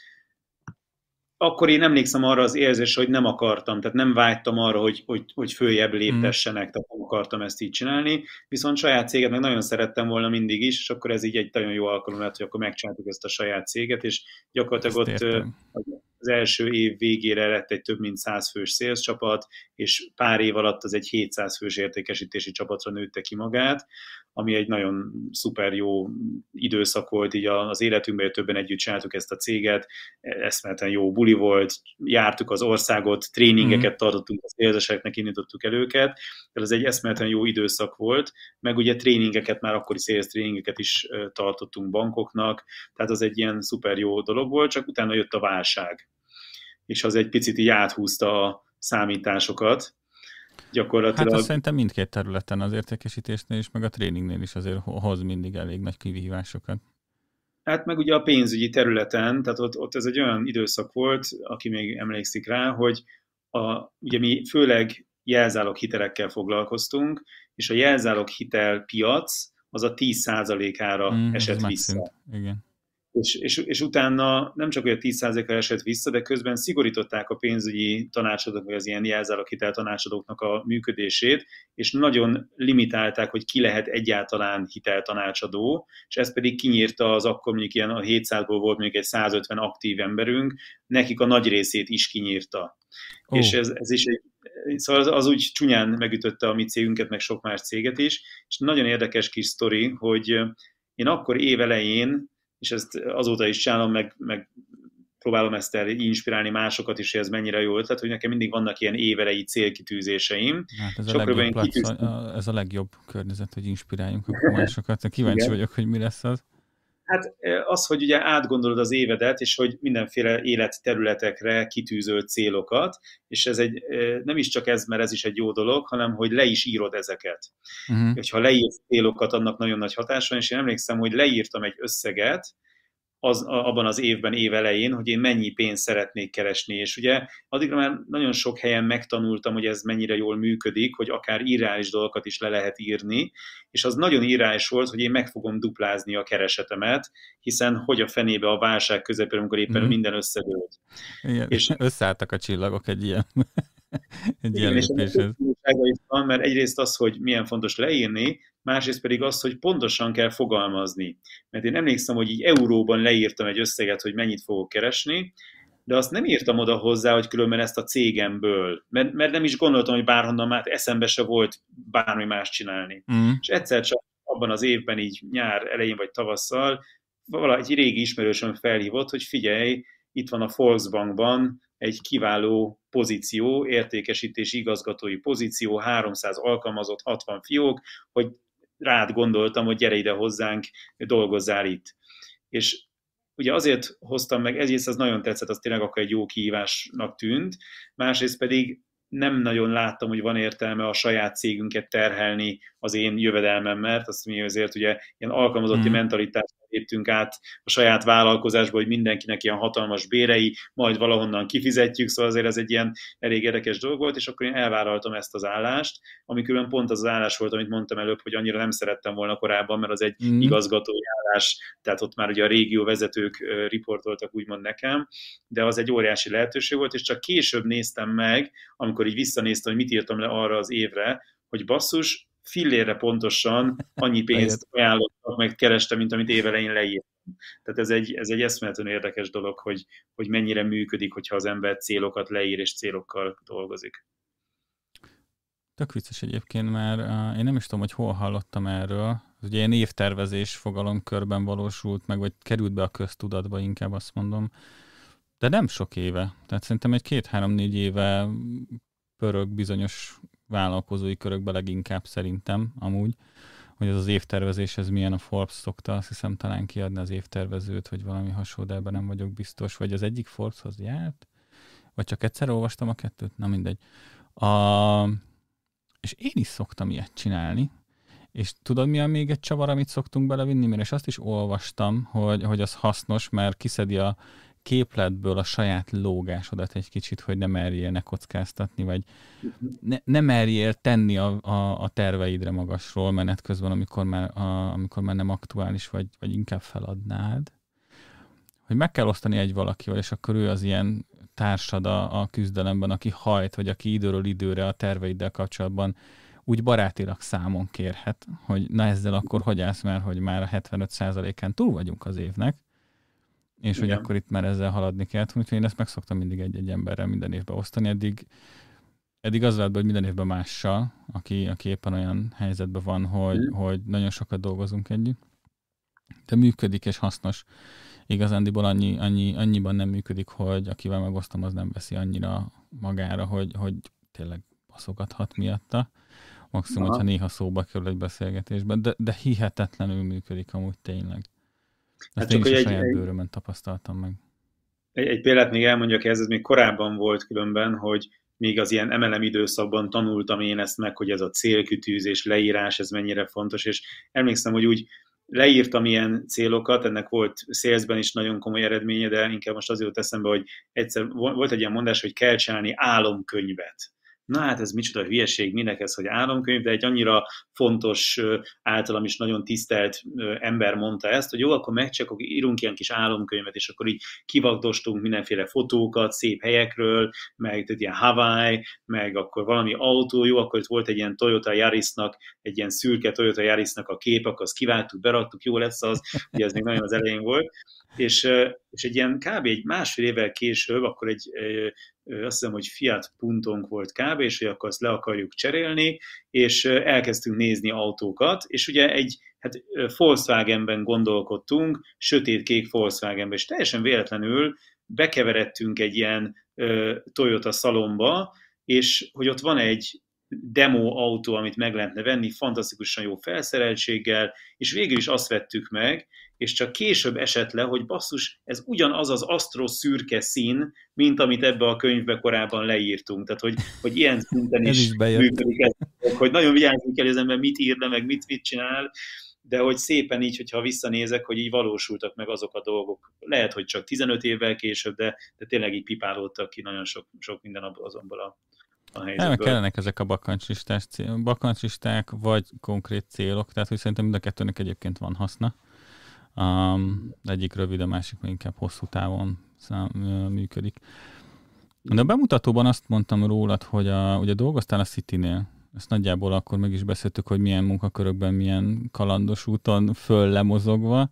akkor én emlékszem arra az érzésre, hogy nem akartam, tehát nem vágytam arra, hogy följebb léptessenek, tehát nem akartam ezt így csinálni, viszont saját céget meg nagyon szerettem volna mindig is, és akkor ez így egy nagyon jó alkalom lett, hogy akkor megcsináltuk ezt a saját céget, és gyakorlatilag ott az első év végére lett egy több mint 100 fős sales csapat, és pár év alatt az egy 700 fős értékesítési csapatra nőtte ki magát, ami egy nagyon szuper jó időszak volt így az életünkben, többen együtt csináltuk ezt a céget, eszméletlen jó buli volt, jártuk az országot, tréningeket tartottunk a szélzeseknek, indítottuk el őket, tehát ez egy eszméletlen jó időszak volt, meg ugye tréningeket, már akkori sales tréningeket is tartottunk bankoknak, tehát az egy ilyen szuper jó dolog volt, csak utána jött a válság, és az egy picit így áthúzta a számításokat, gyakorlatilag. Hát azt szerintem mindkét területen, az értékesítésnél is, meg a tréningnél is azért hoz mindig elég nagy kihívásokat. Hát meg ugye a pénzügyi területen, tehát ott ez egy olyan időszak volt, aki még emlékszik rá, hogy ugye mi főleg jelzálog hitelekkel foglalkoztunk, és a jelzálog hitel piac az a 10%-ára esett vissza. Igen. És utána nem csak, hogy a 10%-ra esett vissza, de közben szigorították a pénzügyi tanácsadók, vagy az ilyen jelzáloghitel tanácsadóknak a működését, és nagyon limitálták, hogy ki lehet egyáltalán hiteltanácsadó, és ez pedig kinyírta az akkor mondjuk ilyen a 700-ból volt mondjuk egy 150 aktív emberünk, nekik a nagy részét is kinyírta. És ez is szóval az úgy csúnyán megütötte a mi cégünket, meg sok más céget is, és nagyon érdekes kis sztori, hogy én akkor évelején, és ezt azóta is csinálom, meg próbálom ezt inspirálni másokat is, hogy ez mennyire jó ötlet, hogy nekem mindig vannak ilyen évelei célkitűzéseim. Hát ez a legjobb környezet, hogy inspiráljunk a másokat. Kíváncsi vagyok, hogy mi lesz az. Hát az, hogy ugye átgondolod az évedet, és hogy mindenféle életterületekre kitűzöd célokat, és ez nem is csak ez, mert ez is egy jó dolog, hanem hogy le is írod ezeket. Hogyha leírsz célokat, annak nagyon nagy hatása van, és én emlékszem, hogy leírtam egy összeget, abban az évben, évelején, hogy én mennyi pénzt szeretnék keresni, és ugye addigra már nagyon sok helyen megtanultam, hogy ez mennyire jól működik, hogy akár irreális dolgokat is le lehet írni, és az nagyon irreális volt, hogy én meg fogom duplázni a keresetemet, hiszen hogy a fenébe a válság közepén, amikor éppen minden összedőlt. Igen, és összeálltak a csillagok egy ilyen ilyen lépéshez. Van, mert egyrészt az, hogy milyen fontos leírni, másrészt pedig az, hogy pontosan kell fogalmazni. Mert én emlékszem, hogy így euróban leírtam egy összeget, hogy mennyit fogok keresni, de azt nem írtam oda hozzá, hogy különben ezt a cégemből, mert nem is gondoltam, hogy bárhonnan már eszembe se volt bármi más csinálni. És egyszer csak abban az évben, így nyár elején vagy tavasszal, egy régi ismerősöm felhívott, hogy figyelj, itt van a Volksbankban egy kiváló pozíció, értékesítési igazgatói pozíció, 300 alkalmazott, 60 fiók, hogy rád gondoltam, hogy gyere ide hozzánk, dolgozzál itt. És ugye azért hoztam meg, egyrészt az nagyon tetszett, az tényleg akkor egy jó kihívásnak tűnt, másrészt pedig nem nagyon láttam, hogy van értelme a saját cégünket terhelni az én jövedelmemmel, mert azt mi azért ugye ilyen alkalmazotti mentalitást léptünk át a saját vállalkozásba, hogy mindenkinek ilyen hatalmas bérei, majd valahonnan kifizetjük, szóval azért ez egy ilyen elég érdekes dolog volt, és akkor én elvállaltam ezt az állást, ami külön pont az állás volt, amit mondtam előbb, hogy annyira nem szerettem volna korábban, mert az egy igazgatói állás, tehát ott már ugye a régió vezetők riportoltak úgymond nekem, de az egy óriási lehetőség volt, és csak később néztem meg, amikor így visszanéztem, hogy mit írtam le arra az évre, hogy basszus, fillérre pontosan annyi pénzt ajánlottak, meg kerestem, mint amit évelején leírtam. Tehát ez egy eszméletlenül érdekes dolog, hogy mennyire működik, hogyha az ember célokat leír és célokkal dolgozik. Tök vicces egyébként, mert én nem is tudom, hogy hol hallottam erről. Ugye ilyen évtervezés fogalomkörben valósult meg, vagy került be a köztudatba, inkább azt mondom. De nem sok éve. Tehát szerintem egy 2-3-4 éve pörög bizonyos vállalkozói körökbe leginkább szerintem amúgy, hogy ez az évtervezés, ez milyen. A Forbes szokta, azt hiszem talán kiadni az évtervezőt, vagy valami hasonló, de ebben nem vagyok biztos, vagy az egyik Forbeshoz járt, vagy csak egyszer olvastam a kettőt, na mindegy. És én is szoktam ilyet csinálni, és tudod, mi a még egy csavar, amit szoktunk belevinni, mert és azt is olvastam, hogy az hasznos, mert kiszedi a képletből a saját lógásodat egy kicsit, hogy ne merjél ne kockáztatni, vagy ne merjél tenni a terveidre magasról menet közben, amikor már nem aktuális, vagy inkább feladnád. Hogy meg kell osztani egy valakivel, és akkor ő az ilyen társad a küzdelemben, aki hajt, vagy aki időről időre a terveiddel kapcsolatban úgy barátilag számon kérhet, hogy na ezzel akkor hogy állsz, mert hogy már a 75%-án túl vagyunk az évnek, és igen, hogy akkor itt már ezzel haladni kell. Úgyhogy én ezt meg szoktam mindig egy emberrel minden évben osztani. Eddig az lehet, hogy minden évben mással, aki éppen olyan helyzetben van, hogy nagyon sokat dolgozunk együtt. De működik és hasznos. Igazándiból annyiban nem működik, hogy akivel megosztom, az nem veszi annyira magára, hogy tényleg baszogathat miatta. Maximum, hogyha néha szóba kerül egy beszélgetésben, de hihetetlenül működik amúgy tényleg. Ezt én is a saját bőrömön tapasztaltam meg. Egy példát még elmondjak, ez még korábban volt különben, hogy még az ilyen MLM időszakban tanultam én ezt meg, hogy ez a célkitűzés, leírás, ez mennyire fontos, és emlékszem, hogy úgy leírtam ilyen célokat, ennek volt salesben is nagyon komoly eredménye, de inkább most azért jut eszembe, hogy egyszer volt egy ilyen mondás, hogy kell csinálni álomkönyvet. na hát ez micsoda hülyeség, minek ez, hogy álomkönyv, de egy annyira fontos, általam is nagyon tisztelt ember mondta ezt, hogy jó, akkor írunk ilyen kis álomkönyvet, és akkor így kivagdostunk mindenféle fotókat szép helyekről, meg tehát ilyen Hawaii, meg akkor valami autó, jó, akkor itt volt egy ilyen Toyota Yarisnak, egy ilyen szürke Toyota Yarisnak a kép, akkor azt kivágtuk, beraktuk, jó lesz az, ugye ez még nagyon az elején volt, és egy ilyen kb. Egy másfél évvel később, akkor azt hiszem, hogy Fiat Puntónk volt kb., és hogy akkor azt le akarjuk cserélni, és elkezdtünk nézni autókat, és ugye hát Volkswagenben gondolkodtunk, sötétkék Volkswagenben, és teljesen véletlenül bekeveredtünk egy ilyen Toyota szalomba, és hogy ott van egy demo autó, amit meg lehetne venni, fantasztikusan jó felszereltséggel, és végül is azt vettük meg, és csak később esett le, hogy basszus, ez ugyanaz az asztros szürke szín, mint amit ebbe a könyvbe korábban leírtunk. Tehát, hogy ilyen szinten is működik ez, hogy nagyon vigyázni kell, hogy az ember mit ír le, meg mit csinál, de hogy szépen így, hogyha visszanézek, hogy így valósultak meg azok a dolgok. Lehet, hogy csak 15 évvel később, de tényleg így pipálódtak ki nagyon sok minden azonból a helyzetből. Nem, kellenek ezek a bakancslisták, vagy konkrét célok, tehát hogy szerintem mind a kettőnek egyébként van haszna. Egyik rövid, a másik meg inkább hosszú távon működik. De a bemutatóban azt mondtam rólad, hogy ugye dolgoztál a Citynél. Ezt nagyjából akkor meg is beszéltük, hogy milyen munkakörökben, milyen kalandos úton föl lemozogva.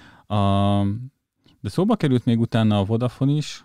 De szóba került még utána a Vodafone is,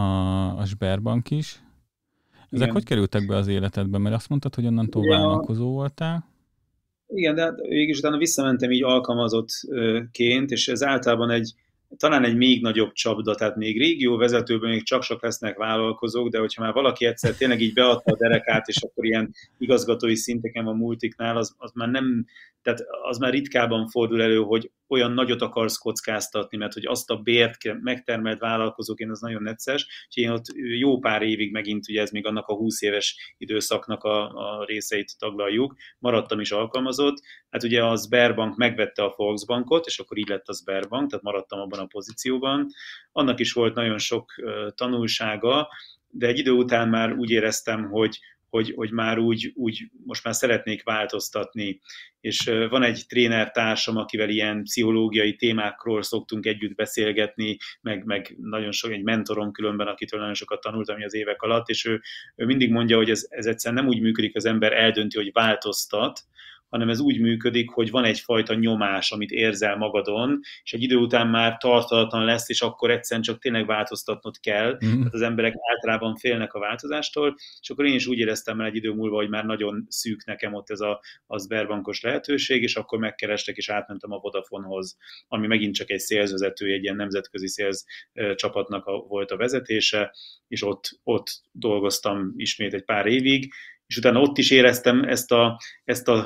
a Sberbank is. Ezek igen. Hogy kerültek be az életedbe? Mert azt mondtad, hogy onnantól vállalkozó voltál. Igen, de hát végülis utána visszamentem így alkalmazottként, és ez általában talán egy még nagyobb csapda, tehát még régióvezetőben még csak lesznek vállalkozók, de hogyha már valaki egyszer tényleg így beadta a derekát, és akkor ilyen igazgatói szinteken a multiknál, az már nem, tehát az már ritkában fordul elő, hogy olyan nagyot akarsz kockáztatni, mert hogy azt a bért megtermelt vállalkozóként az nagyon necces, úgyhogy én ott jó pár évig megint, ugye ez még annak a 20 éves időszaknak a részeit taglaljuk, maradtam is alkalmazott, hát ugye a Sberbank megvette a Volksbankot, és akkor így lett a Sberbank, tehát maradtam abban a pozícióban. Annak is volt nagyon sok tanulsága, de egy idő után már úgy éreztem, hogy már úgy most már szeretnék változtatni. És van egy trénertársam, akivel ilyen pszichológiai témákról szoktunk együtt beszélgetni, meg nagyon sok, egy mentorom különben, akitől nagyon sokat tanultam az évek alatt, és ő mindig mondja, hogy ez egyszerűen nem úgy működik, az ember eldönti, hogy változtat, hanem ez úgy működik, hogy van egyfajta nyomás, amit érzel magadon, és egy idő után már tartalatlan lesz, és akkor egyszerűen csak tényleg változtatnod kell. Tehát az emberek általában félnek a változástól, és akkor én is úgy éreztem el egy idő múlva, hogy már nagyon szűk nekem ott ez a Sberbankos lehetőség, és akkor megkerestek, és átmentem a Vodafonehoz, ami megint csak egy szélzvezető, egy ilyen nemzetközi szélz csapatnak volt a vezetése, és ott dolgoztam ismét egy pár évig, és utána ott is éreztem ezt a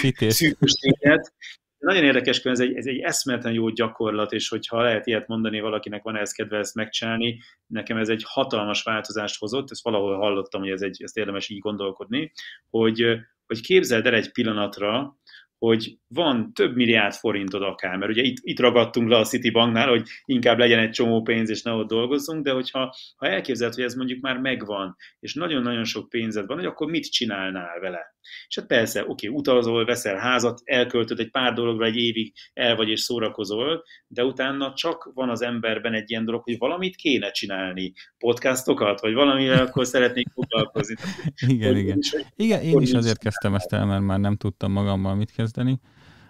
szűkösséget. Nagyon érdekes, hogy ez egy eszméletlen jó gyakorlat, és hogyha lehet ilyet mondani, valakinek van ehhez kedve ezt megcsinálni, nekem ez egy hatalmas változást hozott, ezt valahol hallottam, hogy ezt érdemes így gondolkodni, hogy képzeld el egy pillanatra, hogy van több milliárd forintod akár, mert ugye itt ragadtunk le a Citibanknál, hogy inkább legyen egy csomó pénz, és ne ott dolgozzunk, de hogyha elképzeled, hogy ez mondjuk már megvan, és nagyon-nagyon sok pénzed van, hogy akkor mit csinálnál vele? És hát persze, utazol, veszel házat, elköltöd egy pár dologra, egy évig el vagy és szórakozol, de utána csak van az emberben egy ilyen dolog, hogy valamit kéne csinálni, podcastokat, vagy valamivel akkor szeretnék foglalkozni. Igen, én is azért kezdtem ezt el, mert már nem tudtam magammal mit kezdeni.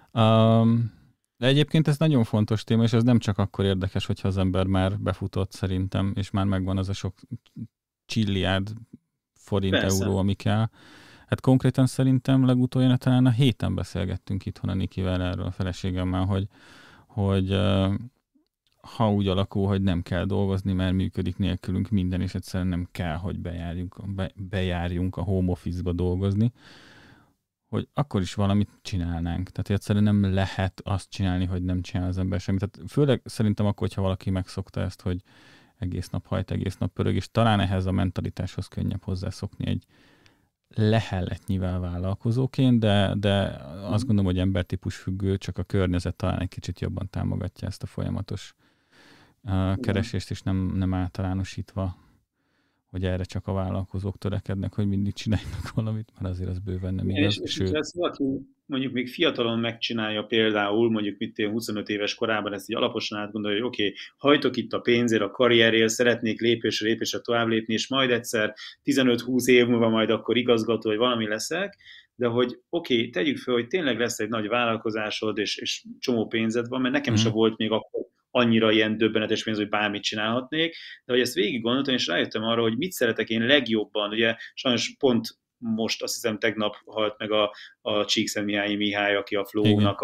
De egyébként ez nagyon fontos téma, és ez nem csak akkor érdekes, hogyha az ember már befutott szerintem, és már megvan az a sok csilliárd forint, persze. Euró, ami kell. Hát konkrétan szerintem legutoljára talán a héten beszélgettünk itthon a Nikivel erről a feleségemmel, hogy ha úgy alakul, hogy nem kell dolgozni, mert működik nélkülünk minden, és egyszerűen nem kell, hogy bejárjunk a home office-ba dolgozni, hogy akkor is valamit csinálnánk. Tehát egyszerűen nem lehet azt csinálni, hogy nem csinál az ember semmit. Tehát főleg szerintem akkor, hogyha valaki megszokta ezt, hogy egész nap hajt, egész nap pörög, és talán ehhez a mentalitáshoz könnyebb hozzászokni egy lehelletnyivel vállalkozóként, de azt gondolom, hogy embertípus függő, csak a környezet talán egy kicsit jobban támogatja ezt a folyamatos keresést, és nem általánosítva hogy erre csak a vállalkozók törekednek, hogy mindig csináljanak valamit, mert azért az bőven nem igaz. És ezt valaki mondjuk még fiatalon megcsinálja például, mondjuk 25 éves korában ezt így alaposan átgondolja, hogy oké, hajtok itt a pénzért, a karrierért, szeretnék lépésre tovább lépni, és majd egyszer 15-20 év múlva majd akkor igazgató, vagy valami leszek, de hogy oké, tegyük fel, hogy tényleg lesz egy nagy vállalkozásod, és csomó pénzed van, mert nekem sem volt még akkor annyira ilyen döbbenetes pénz, hogy bármit csinálhatnék, de hogy ezt végig gondoltam, és rájöttem arra, hogy mit szeretek én legjobban, ugye sajnos pont most azt hiszem tegnap halt meg a Csíkszentmihalyi Mihály, aki a Flow-nak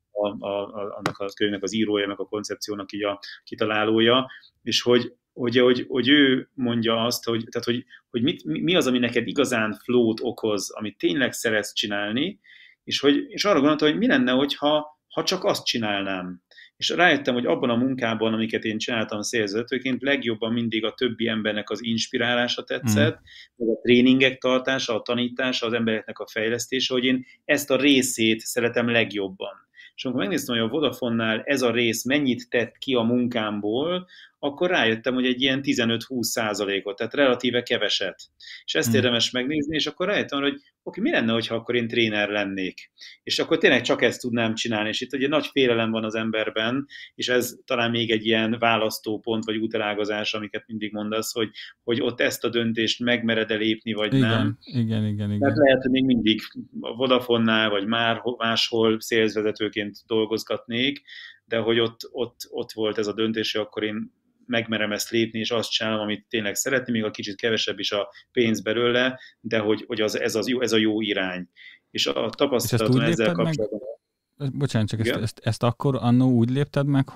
annak a könyvnek az írója, meg a koncepciónak így a kitalálója, és hogy ő mondja azt, hogy mi az, ami neked igazán flow-t okoz, amit tényleg szeretsz csinálni, és arra gondoltam, hogy mi lenne, ha csak azt csinálnám. És rájöttem, hogy abban a munkában, amiket én csináltam szélvezetőként, legjobban mindig a többi embernek az inspirálása tetszett, meg a tréningek tartása, a tanítása, az embereknek a fejlesztése, hogy én ezt a részét szeretem legjobban. És amikor megnéztem, hogy a Vodafone-nál ez a rész mennyit tett ki a munkámból, akkor rájöttem, hogy egy ilyen 15-20%-ot, tehát relatíve keveset. És ezt érdemes megnézni, és akkor rájöttem, hogy oké, mi lenne, ha akkor én tréner lennék? És akkor tényleg csak ezt tudnám csinálni. És itt egy nagy félelem van az emberben, és ez talán még egy ilyen választópont, vagy útelágazás, amiket mindig mondasz, hogy ott ezt a döntést megmered-e lépni, vagy nem. Igen. Tehát lehet, hogy még mindig a Vodafone-nál, vagy már máshol szélzvezetőként dolgozgatnék, de hogy ott volt ez a döntés, hogy akkor én megmerem ezt lépni, és azt csinálom, amit tényleg szeretni, még a kicsit kevesebb is a pénz belőle, de hogy ez a jó irány. És a tapasztalatom ezzel kapcsolatban... Bocsánat, csak ezt akkor annó úgy lépted meg,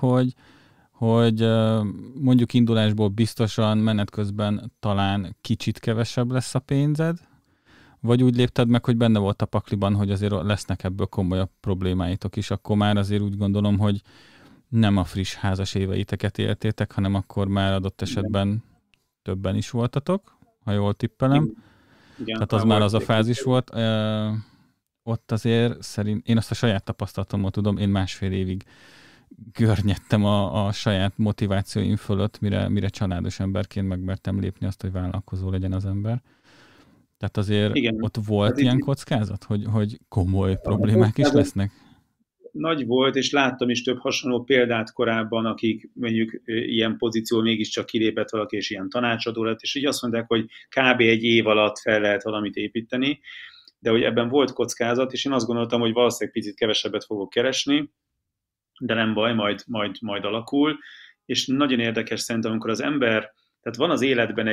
hogy mondjuk indulásból biztosan menet közben talán kicsit kevesebb lesz a pénzed, vagy úgy lépted meg, hogy benne volt a pakliban, hogy azért lesznek ebből komolyabb problémáitok is, akkor már azért úgy gondolom, hogy nem a friss házas éveiteket éltétek, hanem akkor már adott esetben többen is voltatok, ha jól tippelem. Igen, tehát az már az a fázis volt. Ott azért szerint, én azt a saját tapasztalatommal tudom, én 1,5 évig görnyedtem a saját motivációim fölött, mire családos emberként megmertem lépni azt, hogy vállalkozó legyen az ember. Tehát azért ott volt ilyen kockázat, hogy komoly problémák is lesznek? Nagy volt, és láttam is több hasonló példát korábban, akik mondjuk ilyen pozíció mégiscsak kilépett valaki, és ilyen tanácsadó lett, és így azt mondták, hogy kb. Egy év alatt fel lehet valamit építeni, de hogy ebben volt kockázat, és én azt gondoltam, hogy valószínűleg picit kevesebbet fogok keresni, de nem baj, majd alakul, és nagyon érdekes szerintem, amikor az ember, tehát van az életben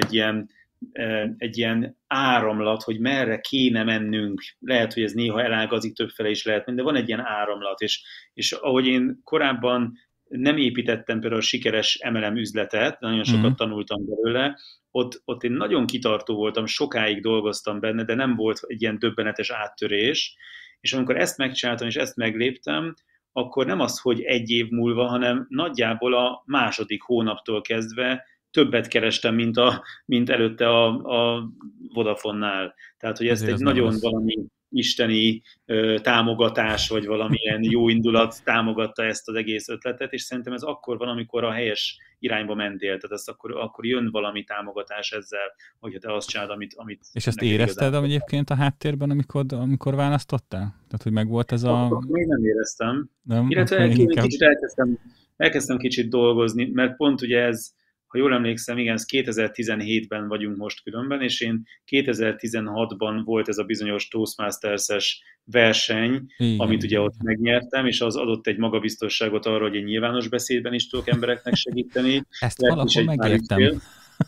egy ilyen áramlat, hogy merre kéne mennünk. Lehet, hogy ez néha elágazik, többfele is lehet, de van egy ilyen áramlat, és ahogy én korábban nem építettem például sikeres MLM üzletet, nagyon sokat tanultam belőle, ott én nagyon kitartó voltam, sokáig dolgoztam benne, de nem volt egy ilyen döbbenetes áttörés, és amikor ezt megcsináltam, és ezt megléptem, akkor nem az, hogy egy év múlva, hanem nagyjából a második hónaptól kezdve többet kerestem, mint előtte a Vodafone-nál. Tehát, hogy ezt egy nagyon valami isteni támogatás, vagy valamilyen jó indulat támogatta ezt az egész ötletet, és szerintem ez akkor van, amikor a helyes irányba mentél. Tehát ezt akkor jön valami támogatás ezzel, hogyha te azt csinálod, amit és ezt érezted egyébként a háttérben, amikor választottál? Tehát, hogy megvolt ez a... Akkor még nem éreztem. Nem? Illetve kicsit elkezdtem kicsit dolgozni, mert pont ugye ez, ha jól emlékszem, igen, 2017-ben vagyunk most különben, és én 2016-ban volt ez a bizonyos Toastmasters-es verseny, igen, amit ugye ott megnyertem, és az adott egy magabiztosságot arra, hogy én nyilvános beszédben is tudok embereknek segíteni. Ezt valahol megértem.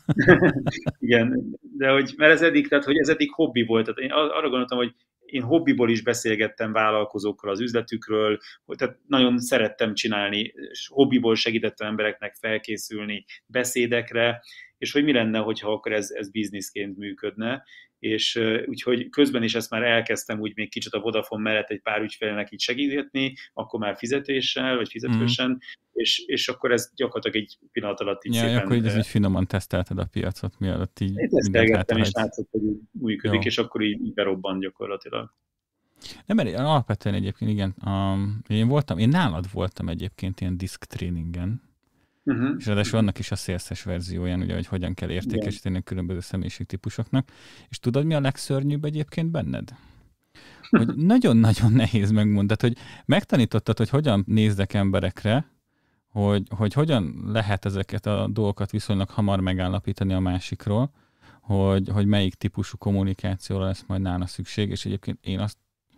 Igen, de mert ez eddig hobbi volt. Tehát én arra gondoltam, hogy én hobbiból is beszélgettem vállalkozókkal az üzletükről, tehát nagyon szerettem csinálni, és hobbiból segítettem embereknek felkészülni beszédekre, és hogy mi lenne, hogyha akkor ez bizniszként működne, és úgyhogy közben is ezt már elkezdtem úgy még kicsit a Vodafone mellett egy pár ügyfélnek így segíteni, akkor már fizetéssel, vagy fizetősen, és akkor ez gyakorlatilag egy pillanat alatt így szépen... akkor így ez így finoman tesztelted a piacot, mielőtt így... Én tesztelgettem, és látszott, hogy úgy működik, és akkor így berobban gyakorlatilag. Nem, mert alapvetően egyébként igen, én nálad voltam egyébként ilyen diszk tréningen, És ráadásul annak is a szélszes verzióján, ugye, hogy hogyan kell értékesíteni a különböző személyiségtípusoknak. És tudod, mi a legszörnyűbb egyébként benned? Hogy nagyon-nagyon nehéz megmondani, hogy megtanítottad, hogy hogyan nézzek emberekre, hogy hogyan lehet ezeket a dolgokat viszonylag hamar megállapítani a másikról, hogy melyik típusú kommunikációra lesz majd nála szükség, és egyébként én azt,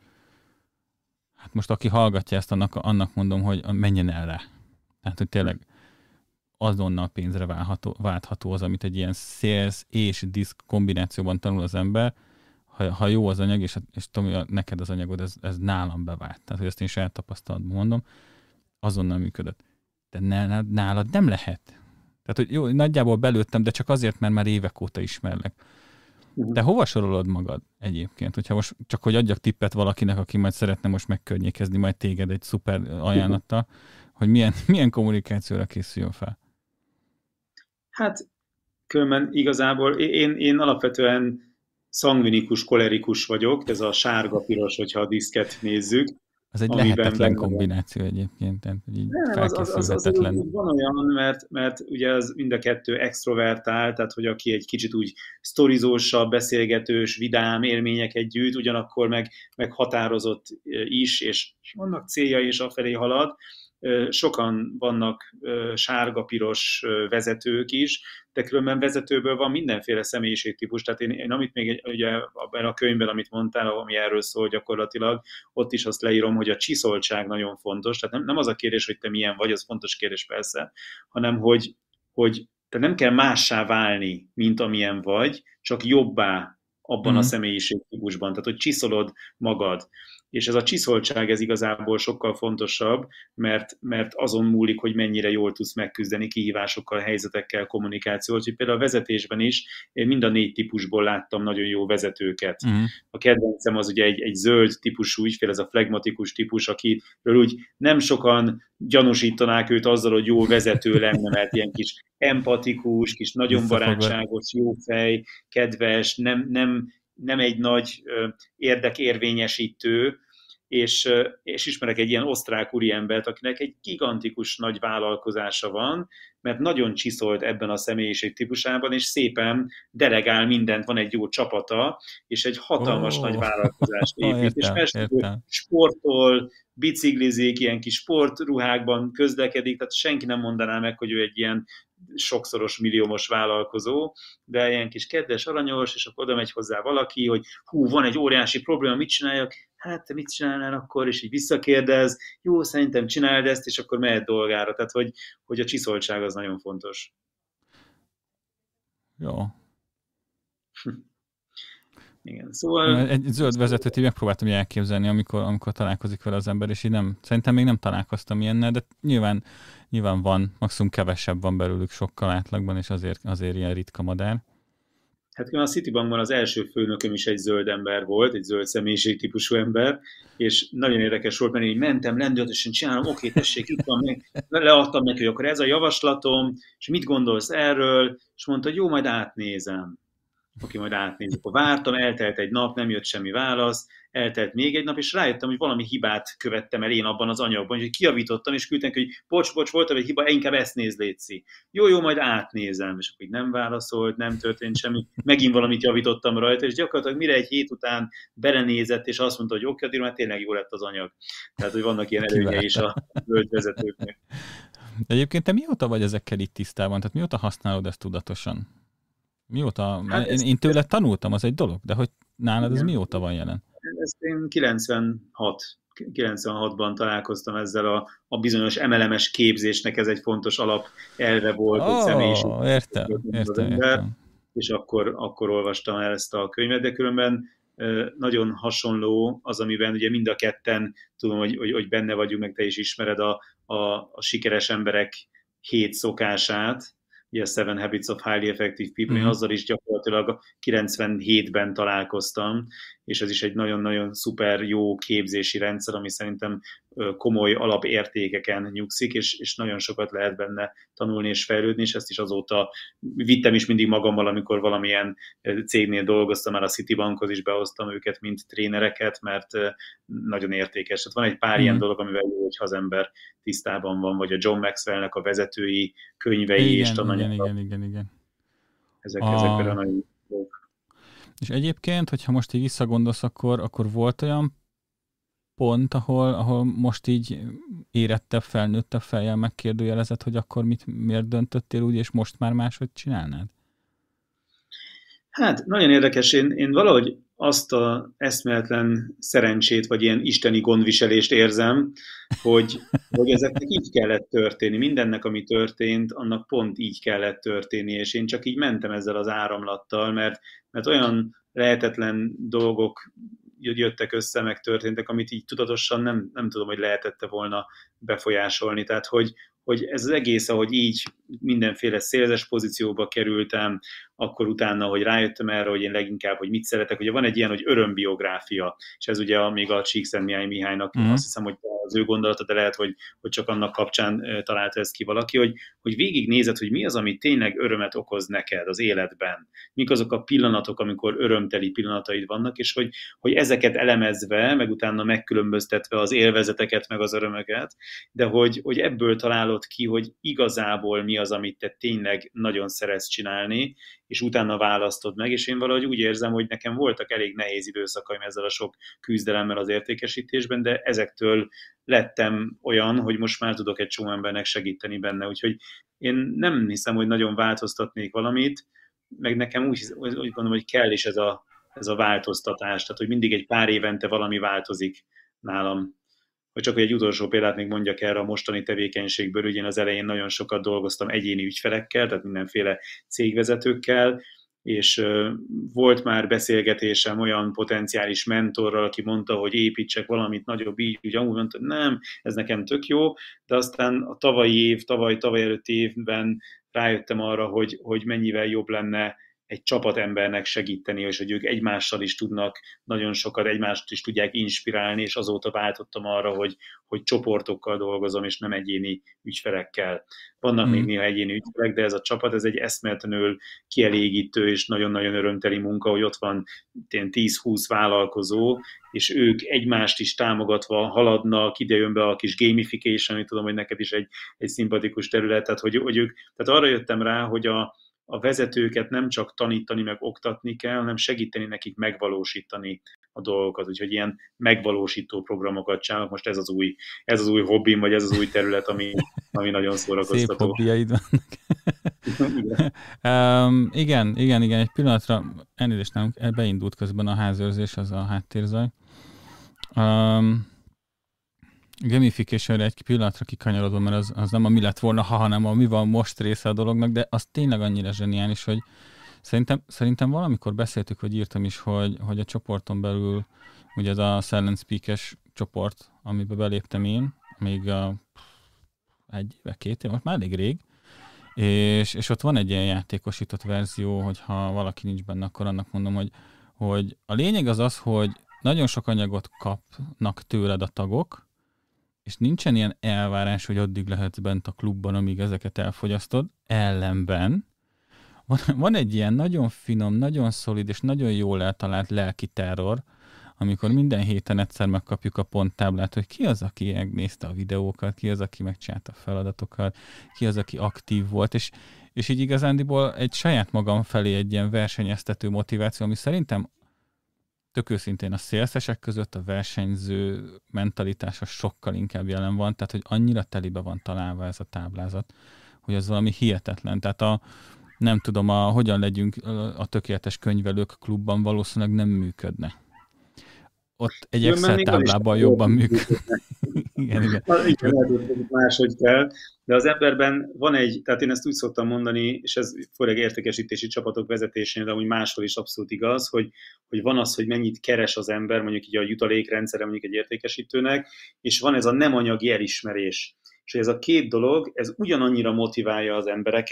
hát most aki hallgatja ezt, annak mondom, hogy menjen el rá. Tehát, hogy tényleg azonnal pénzre váltható az, amit egy ilyen sales és diszk kombinációban tanul az ember, ha jó az anyag, és Tomi, neked az anyagod, ez nálam bevált. Tehát, hogy ezt én saját tapasztalatban mondom, azonnal működött. De nálad nem lehet. Tehát, hogy jó, nagyjából belőttem, de csak azért, mert már évek óta ismerlek. De hova sorolod magad egyébként? Hogyha most csak, hogy adjak tippet valakinek, aki majd szeretne most megkörnyékezni majd téged egy szuper ajánlattal, hogy milyen kommunikációra készüljön fel? Hát, különben igazából én alapvetően szangvinikus, kolerikus vagyok, ez a sárga-piros, hogyha a diszket nézzük. Az egy lehetetlen kombináció egyébként, tehát így felkészülhetetlen. Az van olyan, mert ugye az mind a kettő extrovertál, tehát hogy aki egy kicsit úgy sztorizósabb, beszélgetős, vidám élményeket gyűjt, ugyanakkor meg határozott is, és vannak céljai, és afelé halad. Sokan vannak sárga-piros vezetők is, de különben vezetőből van mindenféle személyiségtípus. Tehát én amit még ugye abban a könyvben, amit mondtál, ami erről szól gyakorlatilag, ott is azt leírom, hogy a csiszoltság nagyon fontos. Tehát nem az a kérdés, hogy te milyen vagy, az fontos kérdés persze, hanem hogy te nem kell mássá válni, mint amilyen vagy, csak jobbá abban a személyiségtípusban. Tehát, hogy csiszolod magad. És ez a csiszoltság, ez igazából sokkal fontosabb, mert azon múlik, hogy mennyire jól tudsz megküzdeni kihívásokkal, helyzetekkel, kommunikációval. Úgyhogy például a vezetésben is én mind a 4 típusból láttam nagyon jó vezetőket. A kedvencem az ugye egy zöld típusú ügyfél, ez a flegmatikus típus, akiről úgy nem sokan gyanúsítanák őt azzal, hogy jó vezető lenne, mert ilyen kis empatikus, kis nagyon barátságos, jó fej, kedves, nem egy nagy érdekérvényesítő, és ismerek egy ilyen osztrák úriembert, akinek egy gigantikus nagy vállalkozása van, mert nagyon csiszolt ebben a személyiségtípusában, és szépen delegál mindent, van egy jó csapata, és egy hatalmas nagy vállalkozást épít. És persze sportol, biciklizik, ilyen kis sportruhákban közlekedik, tehát senki nem mondaná meg, hogy ő egy ilyen sokszoros milliómos vállalkozó, de ilyen kis kedves, aranyos, és akkor oda megy hozzá valaki, hogy van egy óriási probléma, mit csináljak? Hát te mit csinálnál akkor? És így visszakérdez, jó, szerintem csináld ezt, és akkor mehet dolgára. Tehát, hogy a csiszoltság az nagyon fontos. Jó. Igen, szóval... Egy zöld vezetőt így megpróbáltam elképzelni, amikor találkozik vele az ember, és így szerintem még nem találkoztam ilyennel, de nyilván van, maximum kevesebb van belőlük sokkal átlagban, és azért ilyen ritka madár. Hát a Citibankban az első főnököm is egy zöld ember volt, egy zöld személyiségtípusú ember, és nagyon érdekes volt, mert én mentem, lendületesen csinálom, oké, tessék, itt van, leadtam neki, hogy akkor ez a javaslatom, és mit gondolsz erről, és mondta, hogy jó, majd átnézem. Oké, majd átnézzük. Akkor vártam, eltelt egy nap, nem jött semmi válasz, eltelt még egy nap, és rájöttem, hogy valami hibát követtem el én abban az anyagban, hogy kijavítottam, és küldtem, hogy bocs, voltam egy hiba, inkább ezt nézd, létszi. Jó, majd átnézem, és akkor így nem válaszolt, nem történt semmi, megint valamit javítottam rajta, és gyakorlatilag mire egy hét után belenézett, és azt mondta, hogy oké, addig már tényleg jó lett az anyag. Tehát, hogy vannak ilyen előnye is a zöld vezetőknek. De egyébként te mióta vagy ezekkel itt tisztában? Tehát mióta használod ezt tudatosan? Mióta? Hát én tőle tanultam, az egy dolog, de hogy nálad ez mióta van jelen? Ezt én 96-ban találkoztam ezzel a bizonyos MLM-es képzésnek, ez egy fontos alap elve volt, hogy személyiség. Értem. És akkor olvastam el ezt a könyvet, de különben nagyon hasonló az, amiben ugye mind a ketten, tudom, hogy benne vagyunk, meg te is ismered a sikeres emberek 7 szokását, ugye Seven Habits of Highly Effective People, én azzal is gyakorlatilag 97-ben találkoztam, és ez is egy nagyon-nagyon szuper jó képzési rendszer, ami szerintem komoly alapértékeken nyugszik, és nagyon sokat lehet benne tanulni és fejlődni, és ezt is azóta vittem is mindig magammal, amikor valamilyen cégnél dolgoztam, már a Citibankhoz is behoztam őket, mint trénereket, mert nagyon értékes. Tehát van egy pár ilyen dolog, amivel jó, hogyha az ember tisztában van, vagy a John Maxwellnek a vezetői könyvei igen, és tananyagok. Igen. Ezek például nagyon jók. És egyébként, hogyha most így visszagondolsz, akkor volt olyan pont, ahol most így érettebb, felnőttebb fejjel megkérdőjelezett, hogy akkor miért döntöttél úgy, és most már máshogy csinálnád? Hát, nagyon érdekes. Én valahogy azt az eszméletlen szerencsét, vagy ilyen isteni gondviselést érzem, hogy ezeknek így kellett történni. Mindennek, ami történt, annak pont így kellett történni, és én csak így mentem ezzel az áramlattal, mert olyan lehetetlen dolgok jöttek össze, meg történtek, amit így tudatosan nem tudom, hogy lehetette volna befolyásolni. Tehát, hogy ez az egész, ahogy így mindenféle szélzes pozícióba kerültem, akkor utána, hogy rájöttem erre, hogy én leginkább, hogy mit szeretek. Ugye van egy ilyen, hogy örömbiográfia, és ez ugye még a Csíkszentmihalyi Mihálynak, azt hiszem, hogy az ő gondolata, de lehet, hogy csak annak kapcsán találta ezt ki valaki, hogy végignézed, hogy mi az, ami tényleg örömet okoz neked az életben. Mik azok a pillanatok, amikor örömteli pillanataid vannak, és hogy ezeket elemezve, meg utána megkülönböztetve az élvezeteket, meg az örömöket, de hogy ebből találod ki, hogy igazából mi az, amit te tényleg nagyon szeretsz csinálni, és utána választod meg, és én valahogy úgy érzem, hogy nekem voltak elég nehéz időszakaim ezzel a sok küzdelemmel az értékesítésben, de ezektől lettem olyan, hogy most már tudok egy csomó embernek segíteni benne, úgyhogy én nem hiszem, hogy nagyon változtatnék valamit, meg nekem úgy gondolom, hogy kell is ez a változtatás, tehát hogy mindig egy pár évente valami változik nálam. Vagy csak egy utolsó példát még mondjak erre a mostani tevékenységből, ugye én az elején nagyon sokat dolgoztam egyéni ügyfelekkel, tehát mindenféle cégvezetőkkel, és volt már beszélgetésem olyan potenciális mentorral, aki mondta, hogy építsek valamit nagyobb így, úgy amúgy mondta, hogy nem, ez nekem tök jó, de aztán a tavaly előtti évben rájöttem arra, hogy mennyivel jobb lenne egy csapatembernek segíteni, és hogy ők egymással is tudnak nagyon sokat, egymást is tudják inspirálni, és azóta váltottam arra, hogy csoportokkal dolgozom, és nem egyéni ügyfelekkel. Vannak még néha egyéni ügyfelek, de ez a csapat, ez egy eszméletlenül kielégítő és nagyon-nagyon örömteli munka, hogy ott van 10-20 vállalkozó, és ők egymást is támogatva haladnak, ide jön be a kis gamification, amit tudom, hogy neked is egy szimpatikus terület, tehát hogy ők, tehát arra jöttem rá, hogy a vezetőket nem csak tanítani, meg oktatni kell, hanem segíteni nekik megvalósítani a dolgokat. Úgyhogy ilyen megvalósító programokat csinálok. Most ez az új hobbim, vagy ez az új terület, ami nagyon szórakoztató. Szép hobbiaid vannak. Igen. Egy pillanatra, elnézést nálunk, beindult közben a házőrzés, az a háttérzaj. Gamificationre egy pillanatra kikanyarodom, mert az nem a mi lett volna, hanem a mi van most része a dolognak, de az tényleg annyira zseniális, hogy szerintem valamikor beszéltük, hogy írtam is, hogy a csoporton belül, ugye ez a Silent Speak-es csoport, amiben beléptem én, még egy éve, 2 éve, most már elég rég, és ott van egy ilyen játékosított verzió, hogyha valaki nincs benne, akkor annak mondom, hogy a lényeg az, hogy nagyon sok anyagot kapnak tőled a tagok, és nincsen ilyen elvárás, hogy addig lehetsz bent a klubban, amíg ezeket elfogyasztod. Ellenben van egy ilyen nagyon finom, nagyon szolid és nagyon jól eltalált lelki terror, amikor minden héten egyszer megkapjuk a ponttáblát, hogy ki az, aki megnézte a videókat, ki az, aki megcsinálta a feladatokat, ki az, aki aktív volt, és így igazándiból egy saját magam felé egy ilyen versenyeztető motiváció, ami szerintem tök őszintén a szélszesek között a versenyző mentalitása sokkal inkább jelen van, tehát hogy annyira telibe van találva ez a táblázat, hogy az valami hihetetlen. Tehát nem tudom, hogyan legyünk a tökéletes könyvelők klubban, valószínűleg nem működne. Ott egy Excel táblában jobban működne. Igen. Máshogy kell, de az emberben van tehát én ezt úgy szoktam mondani, és ez főleg értékesítési csapatok vezetésén, de amúgy máshol is abszolút igaz, hogy van az, hogy mennyit keres az ember, mondjuk így a jutalékrendszere mondjuk egy értékesítőnek, és van ez a nem anyagi elismerés. És ez a két dolog, ez ugyanannyira motiválja az embereket,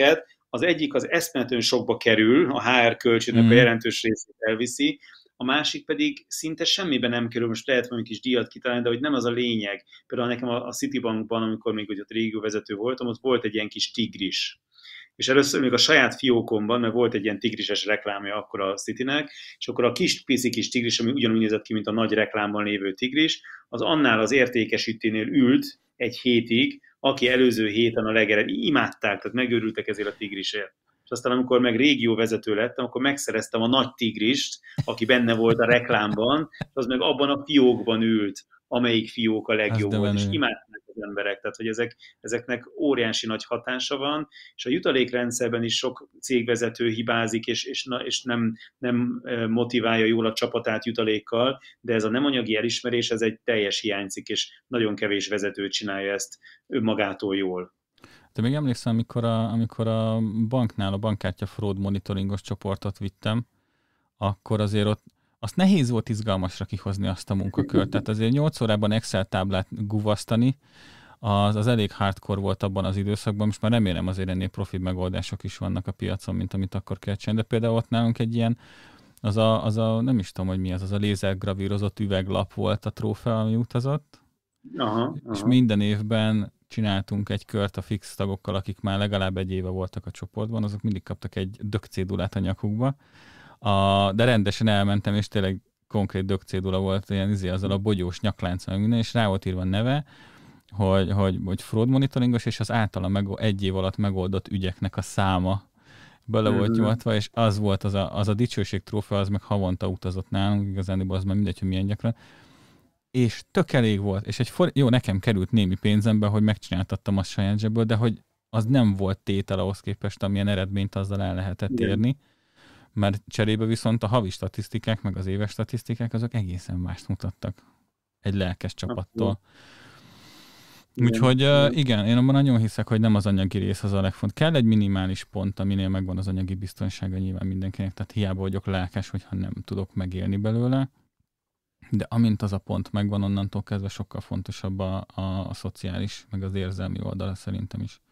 Az egyik az eszméletlenül sokba kerül, a HR költségnek a jelentős részét elviszi, a másik pedig szinte semmiben nem kerül, most lehet valami kis díjat kitalálni, de hogy nem az a lényeg. Például nekem a Citibankban, amikor még ott régióvezető voltam, ott volt egy ilyen kis tigris. És először még a saját fiókomban, mert volt egy ilyen tigrises reklámja akkor a Citynek, és akkor a kis pici kis tigris, ami ugyanúgy nézett ki, mint a nagy reklámban lévő tigris, az annál az értékesítőnél ült egy hétig, aki előző héten a imádták, tehát megőrültek ezért a tigrisért. És aztán amikor meg régióvezető lettem, akkor megszereztem a nagy tigrist, aki benne volt a reklámban, és az meg abban a fiókban ült, amelyik fiók a legjobb volt, és imádták az emberek, tehát hogy ezeknek óriási nagy hatása van, és a jutalékrendszerben is sok cégvezető hibázik, és nem motiválja jól a csapatát jutalékkal, de ez a nem anyagi elismerés, ez egy teljes hiányzik, és nagyon kevés vezető csinálja ezt önmagától jól. De még emlékszem, amikor a banknál a bankkártya fraud monitoringos csoportot vittem, akkor azért ott azt nehéz volt izgalmasra kihozni azt a munkakört. Tehát azért 8 órában Excel táblát guvasztani, az elég hardcore volt abban az időszakban, most már remélem azért ennél profi megoldások is vannak a piacon, mint amit akkor kell csinálni. De például ott nálunk egy ilyen, az a nem is tudom, hogy mi az a lézergravírozott üveglap volt a trófea, ami utazott. Aha. És minden évben csináltunk egy kört a fix tagokkal, akik már legalább egy éve voltak a csoportban, azok mindig kaptak egy dögcédulát a nyakukba. De rendesen elmentem, és tényleg konkrét dögcédula volt, ilyen azzal a bogyós nyaklánc, meg minden, és rá volt írva neve, hogy fraud monitoringos, és az általa egy év alatt megoldott ügyeknek a száma bele volt nyomatva, és az volt az a dicsőség trófea, az meg havonta utazott nálunk, igazán az már mindegy, hogy milyen gyakran, és tök elég volt, és jó, nekem került némi pénzembe, hogy megcsináltattam a saját zsebből, de hogy az nem volt tétel ahhoz képest, amilyen eredményt azzal el lehetett érni, mert cserébe viszont a havi statisztikák, meg az éves statisztikák, azok egészen mást mutattak egy lelkes csapattól. Úgyhogy igen, én abban nagyon hiszek, hogy nem az anyagi rész az a legfontosabb. Kell egy minimális pont, aminél megvan az anyagi biztonsága nyilván mindenkinek, tehát hiába vagyok lelkes, hogyha nem tudok megélni belőle, de amint az a pont megvan, onnantól kezdve sokkal fontosabb a szociális, meg az érzelmi oldala szerintem is.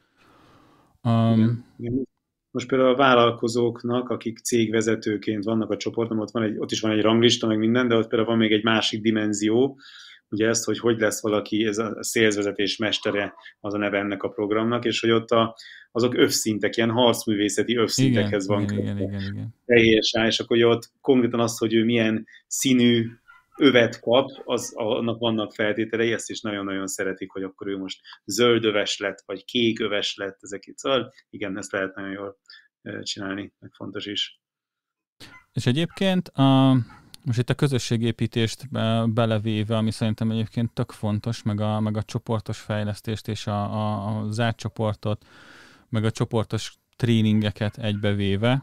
Igen. Most például a vállalkozóknak, akik cégvezetőként vannak a csoporton, ott is van egy ranglista, meg minden, de ott például van még egy másik dimenzió, ugye ezt, hogy lesz valaki, ez a szélzvezetés mestere az a neve ennek a programnak, és hogy ott azok övszintek, ilyen harcművészeti övszintekhez van. Igen. És akkor ott konkrétan az, hogy ő milyen színű övet kap, annak vannak feltételei, ezt is nagyon-nagyon szeretik, hogy akkor ő most zöld öves lett, vagy kék öves lett, ezek itt. Szóval igen, ezt lehet nagyon jól csinálni, meg fontos is. És egyébként most itt a közösségépítést belevéve, ami szerintem egyébként tök fontos, meg a csoportos fejlesztést és a zárt csoportot, meg a csoportos tréningeket egybevéve,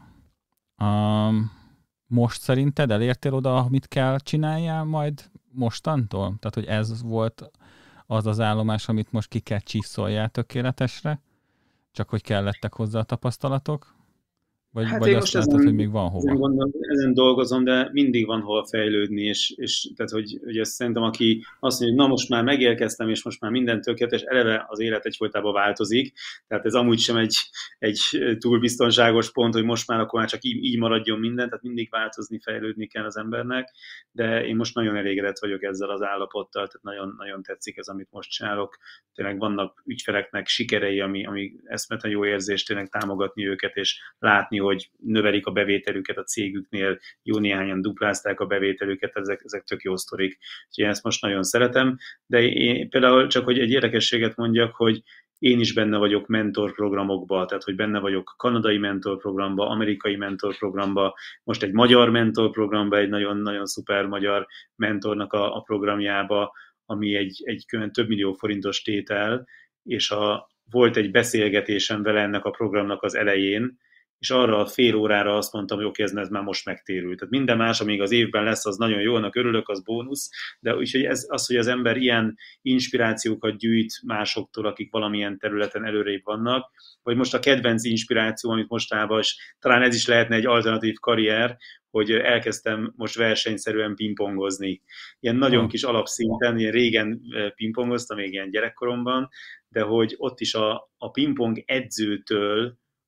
most szerinted elértél oda, amit kell csináljál majd mostantól? Tehát, hogy ez volt az állomás, amit most ki kell csiszoljál tökéletesre? Csak hogy kellettek hozzá a tapasztalatok? Vagy azt látod, hogy még van hova? Ezen dolgozom, de mindig van hol fejlődni, és tehát, hogy ezt szerintem, aki azt mondja, hogy na most már megérkeztem, és most már minden tökéletes, eleve az élet egyfolytában változik, tehát ez amúgy sem egy túl biztonságos pont, hogy most már akkor már csak így maradjon minden, tehát mindig változni, fejlődni kell az embernek, de én most nagyon elégedett vagyok ezzel az állapottal, tehát nagyon, nagyon tetszik ez, amit most csinálok. Tényleg vannak ügyfeleknek sikerei, ami eszméletlen jó érzés tényleg támogatni őket, és látni, hogy növelik a bevételüket a cégüknél, jó néhányan duplázták a bevételüket, ezek tök jó sztorik. Úgyhogy én ezt most nagyon szeretem, de én például csak, hogy egy érdekességet mondjak, hogy én is benne vagyok mentorprogramokba, tehát hogy benne vagyok kanadai mentorprogramba, amerikai mentorprogramba, most egy magyar mentorprogramba, egy nagyon-nagyon szuper magyar mentornak a programjába, ami egy több millió forintos tétel, és volt egy beszélgetésem vele ennek a programnak az elején, és arra a fél órára azt mondtam, hogy oké, ez már most megtérül. Tehát minden más, amíg az évben lesz, az nagyon jó, annak örülök, az bónusz, de úgyhogy hogy az ember ilyen inspirációkat gyűjt másoktól, akik valamilyen területen előrébb vannak, vagy most a kedvenc inspiráció, amit mostában, és talán ez is lehetne egy alternatív karrier, hogy elkezdtem most versenyszerűen pingpongozni. Ilyen nagyon kis alapszinten, ilyen régen pingpongoztam, még ilyen gyerekkoromban, de hogy ott is a pingpong edzőtől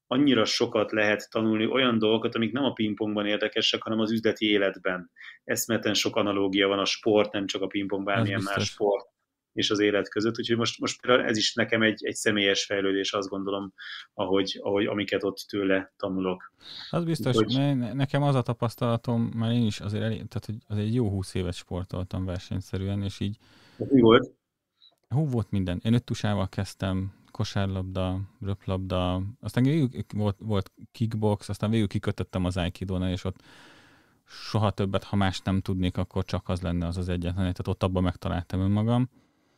annyira sokat lehet tanulni olyan dolgokat, amik nem a pingpongban érdekesek, hanem az üzleti életben. Eszmeten sok analógia van a sport, nem csak a pingpong, Az bármilyen más biztos. sport és az élet között. Úgyhogy most például ez is nekem egy személyes fejlődés, azt gondolom, amiket ott tőle tanulok. Az biztos, Úgyhogy, nekem az a tapasztalatom, mert én is azért tehát hogy az egy jó 20 évet sportoltam versenyszerűen, és így mi volt? volt minden. Én 5-tusával kezdtem, kosárlabda, röplabda, aztán végül volt kickbox, aztán végül kikötöttem az Aikidónál, és ott soha többet, ha más nem tudnék, akkor csak az lenne az egyetlen, tehát ott abban megtaláltam önmagam.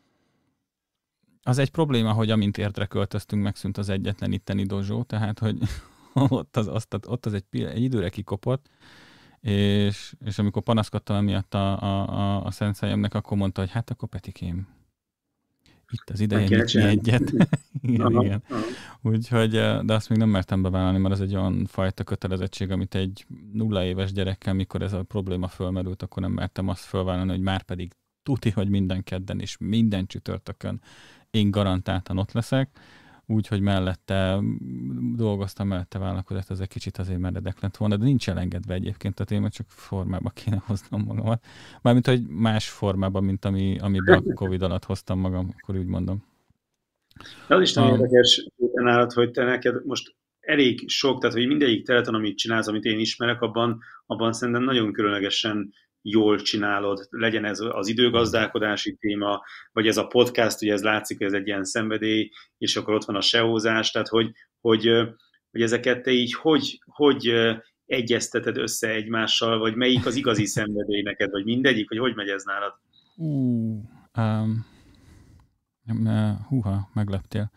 Az egy probléma, hogy amint Értre költöztünk, megszűnt az egyetlen itteni dozsó, tehát hogy ott az egy időre kikopott, és amikor panaszkodtam emiatt a szenszájemnek, akkor mondta, hogy hát akkor Petikém, itt az ideje nyitni egyet. igen. Úgyhogy, de azt még nem mertem bevállalni, mert az egy olyan fajta kötelezettség, amit egy 0 éves gyerekkel, mikor ez a probléma fölmerült, akkor nem mertem azt fölvállalni, hogy már pedig tuti, hogy minden kedden és minden csütörtökön én garantáltan ott leszek, úgyhogy mellette dolgoztam, mellette vállalkozott, ez egy kicsit azért meredek lett volna, de nincs elengedve egyébként, tehát én csak formába kéne hoznom magamat. Mármint, hogy más formában, mint amiben a Covid alatt hoztam magam, akkor úgy mondom. Az is nagyon érdekes nálad, hogy te neked most elég sok, tehát hogy mindegyik területen, amit csinálsz, amit én ismerek, abban szerintem nagyon különlegesen jól csinálod, legyen ez az időgazdálkodási téma, vagy ez a podcast, ugye ez látszik, hogy ez egy ilyen szenvedély, és akkor ott van a SEO-zás, tehát hogy ezeket te így hogy egyezteted össze egymással, vagy melyik az igazi szenvedély neked, vagy mindegyik, vagy hogy megy ez nálad? Húha, megleptél.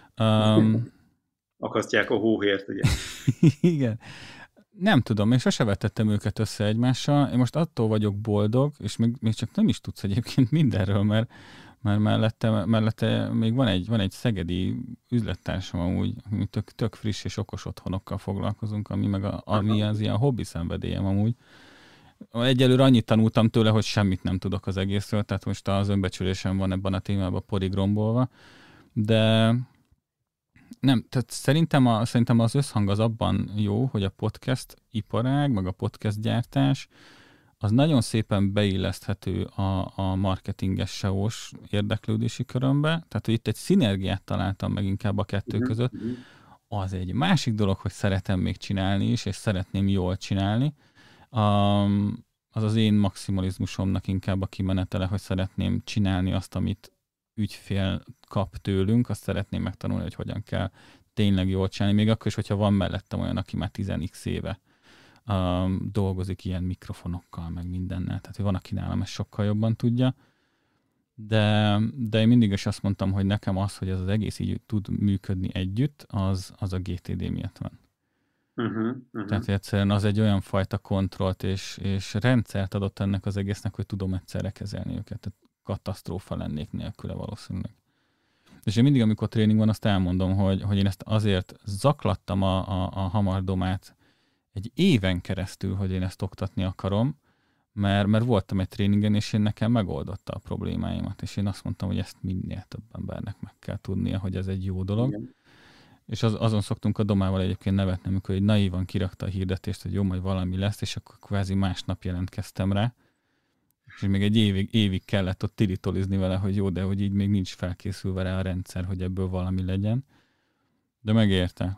Akasztják a hóhért, ugye? Igen. Nem tudom, én sose vetettem őket össze egymással. Én most attól vagyok boldog, és még csak nem is tudsz egyébként mindenről, mert mellette még van egy szegedi üzlettársam amúgy, ami tök friss és okos otthonokkal foglalkozunk, ami az ilyen hobbi szenvedélyem amúgy. Egyelőre annyit tanultam tőle, hogy semmit nem tudok az egészről, tehát most az önbecsülésem van ebben a témában porig rombolva, de nem, tehát szerintem az összhang az abban jó, hogy a podcast iparág, meg a podcast gyártás, az nagyon szépen beilleszthető a marketinges SEO-s érdeklődési körömbe, tehát hogy itt egy szinergiát találtam meg inkább a kettő között. Az egy másik dolog, hogy szeretem még csinálni is, és szeretném jól csinálni. Az az én maximalizmusomnak inkább a kimenetele, hogy szeretném csinálni azt, amit ügyfél kap tőlünk, azt szeretném megtanulni, hogy hogyan kell tényleg jól csinálni, még akkor is, hogyha van mellettem olyan, aki már 10x éve dolgozik ilyen mikrofonokkal, meg mindennel, tehát hogy van, aki nálam ezt sokkal jobban tudja, de én mindig is azt mondtam, hogy nekem az, hogy ez az egész így tud működni együtt, az a GTD miatt van. Tehát egyszerűen az egy olyan fajta kontrollt és rendszert adott ennek az egésznek, hogy tudom egyszerre kezelni őket. Tehát katasztrófa lennék nélküle valószínűleg. És én mindig, amikor tréning van, azt elmondom, hogy én ezt azért zaklattam a hamardomát egy éven keresztül, hogy én ezt oktatni akarom, mert voltam egy tréningen, és én nekem megoldotta a problémáimat, és én azt mondtam, hogy ezt minél több embernek meg kell tudnia, hogy ez egy jó dolog. Igen. És azon szoktunk a Domával egyébként nevetni, amikor egy naívan kirakta a hirdetést, hogy jó, majd valami lesz, és akkor kvázi másnap jelentkeztem rá. És még egy évig kellett ott tiritolizni vele, hogy jó, de hogy így még nincs felkészülve rá a rendszer, hogy ebből valami legyen. De megérte.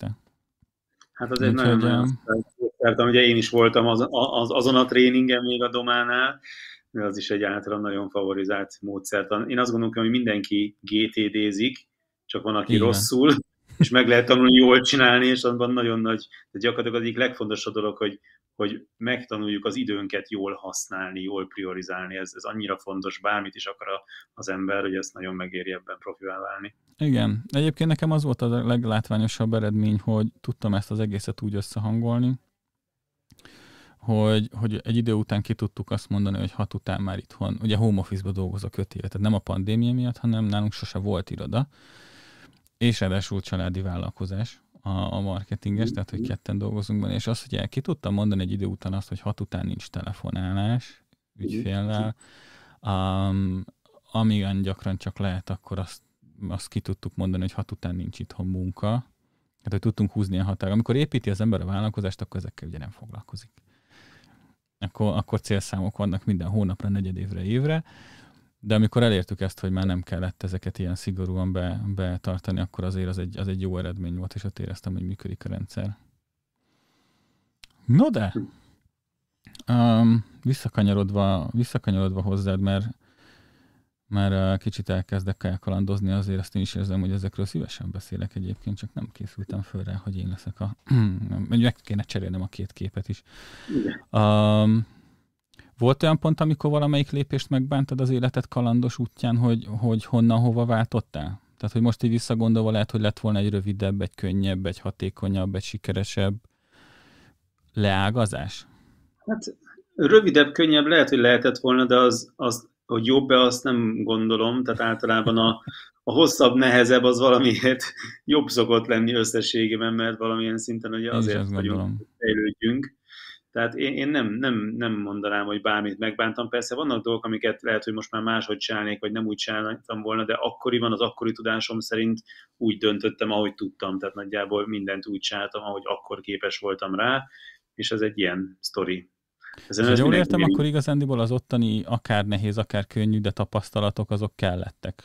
Hát az egy nagyon szertem, ugye én is voltam azon a tréningen még a Dománál, de az is egy általán nagyon favorizált módszertan. Én azt gondolom, hogy mindenki GTD-zik, csak van, aki rosszul, és meg lehet tanulni jól csinálni, és abban nagyon nagy, de gyakorlatilag az egyik legfontosabb dolog, hogy megtanuljuk az időnket jól használni, jól priorizálni. Ez annyira fontos, bármit is akar az ember, hogy ezt nagyon megéri ebben profivá válni. Igen. Egyébként nekem az volt a leglátványosabb eredmény, hogy tudtam ezt az egészet úgy összehangolni, hogy egy idő után ki tudtuk azt mondani, hogy 6 után már itthon, ugye home office-ba dolgozok 5 évet, tehát nem a pandémia miatt, hanem nálunk sose volt iroda, és ráadásul családi vállalkozás a marketinges, tehát hogy ketten dolgozunk benne, és azt, hogy ki tudtam mondani egy idő után azt, hogy 6 után nincs telefonálás ügyféllel, amilyen gyakran csak lehet, akkor azt ki tudtuk mondani, hogy 6 után nincs itthon munka. Hát, hogy tudtunk húzni a határa. Amikor építi az ember a vállalkozást, akkor ezekkel ugye nem foglalkozik. Akkor célszámok vannak minden hónapra, negyedévre, évre, de amikor elértük ezt, hogy már nem kellett ezeket ilyen szigorúan betartani, akkor azért az egy jó eredmény volt, és ott éreztem, hogy működik a rendszer. No de, visszakanyarodva hozzád, mert kicsit elkezdek elkalandozni, azért azt én is érzem, hogy ezekről szívesen beszélek egyébként, csak nem készültem föl rá, hogy én leszek meg kéne cserélnem a két képet is. Volt olyan pont, amikor valamelyik lépést megbántad az életed kalandos útján, hogy honnan, hova váltottál? Tehát, hogy most így visszagondolva lehet, hogy lett volna egy rövidebb, egy könnyebb, egy hatékonyabb, egy sikeresebb leágazás? Hát rövidebb, könnyebb lehet, hogy lehetett volna, de az hogy jobb-e, azt nem gondolom. Tehát általában a hosszabb, nehezebb az valamiért jobb szokott lenni összességében, mert valamilyen szinten ugye azért vagyunk, hogy fejlődjünk. Tehát én nem mondanám, hogy bármit megbántam. Persze vannak dolgok, amiket lehet, hogy most már máshogy csinálnék, vagy nem úgy csináltam volna, de akkoriban az akkori tudásom szerint úgy döntöttem, ahogy tudtam. Tehát nagyjából mindent úgy csináltam, ahogy akkor képes voltam rá, és ez egy ilyen sztori. Ha jól értem, akkor igazándiból az ottani akár nehéz, akár könnyű, de tapasztalatok azok kellettek.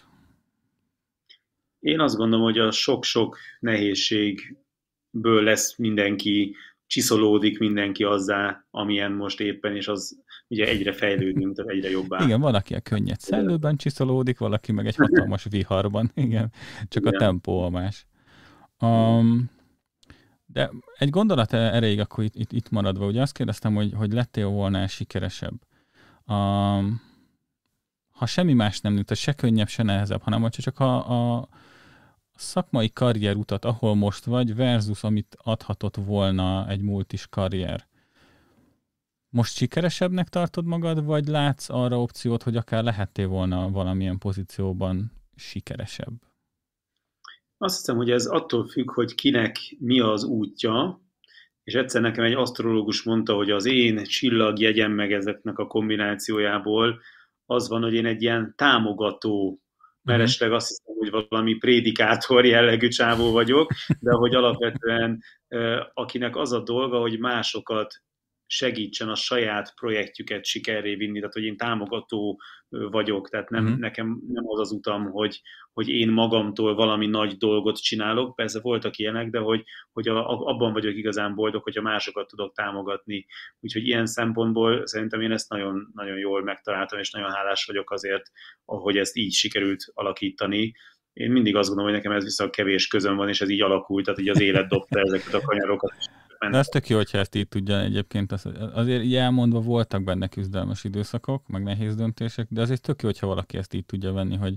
Én azt gondolom, hogy a sok-sok nehézségből lesz mindenki, csiszolódik mindenki azzá, amilyen most éppen, és az ugye egyre fejlődünk, tehát egyre jobbá. Igen, van, aki a könnyed szellőben csiszolódik, valaki meg egy hatalmas viharban. Igen, csak igen. A tempó a más. De egy gondolat erejéig akkor itt maradva, ugye azt kérdeztem, hogy lettél volna sikeresebb. Ha semmi más nem nőtt, se könnyebb, se nehezebb, hanem hogy csak a szakmai karrierutat, ahol most vagy, versus amit adhatott volna egy multis karrier. Most sikeresebbnek tartod magad, vagy látsz arra opciót, hogy akár lehettél volna valamilyen pozícióban sikeresebb? Azt hiszem, hogy ez attól függ, hogy kinek mi az útja, és egyszer nekem egy asztrológus mondta, hogy az én csillagjegyem meg ezeknek a kombinációjából az van, hogy én egy ilyen támogató, meresleg azt hiszem, hogy valami prédikátor jellegű csávó vagyok, de hogy alapvetően akinek az a dolga, hogy másokat segítsen a saját projektjüket sikerré vinni, tehát hogy én támogató vagyok, tehát nekem nem az az utam, hogy én magamtól valami nagy dolgot csinálok, persze voltak ilyenek, de hogy abban vagyok igazán boldog, hogyha másokat tudok támogatni. Úgyhogy ilyen szempontból szerintem én ezt nagyon, nagyon jól megtaláltam, és nagyon hálás vagyok azért, ahogy ezt így sikerült alakítani. Én mindig azt gondolom, hogy nekem ez viszont kevés közöm van, és ez így alakult, tehát így az élet dobta ezeket a kanyarokat. De ez tök jó, hogyha ezt így tudja egyébként. Azért így elmondva voltak benne küzdelmes időszakok, meg nehéz döntések, de azért tök jó, hogyha valaki ezt így tudja venni, hogy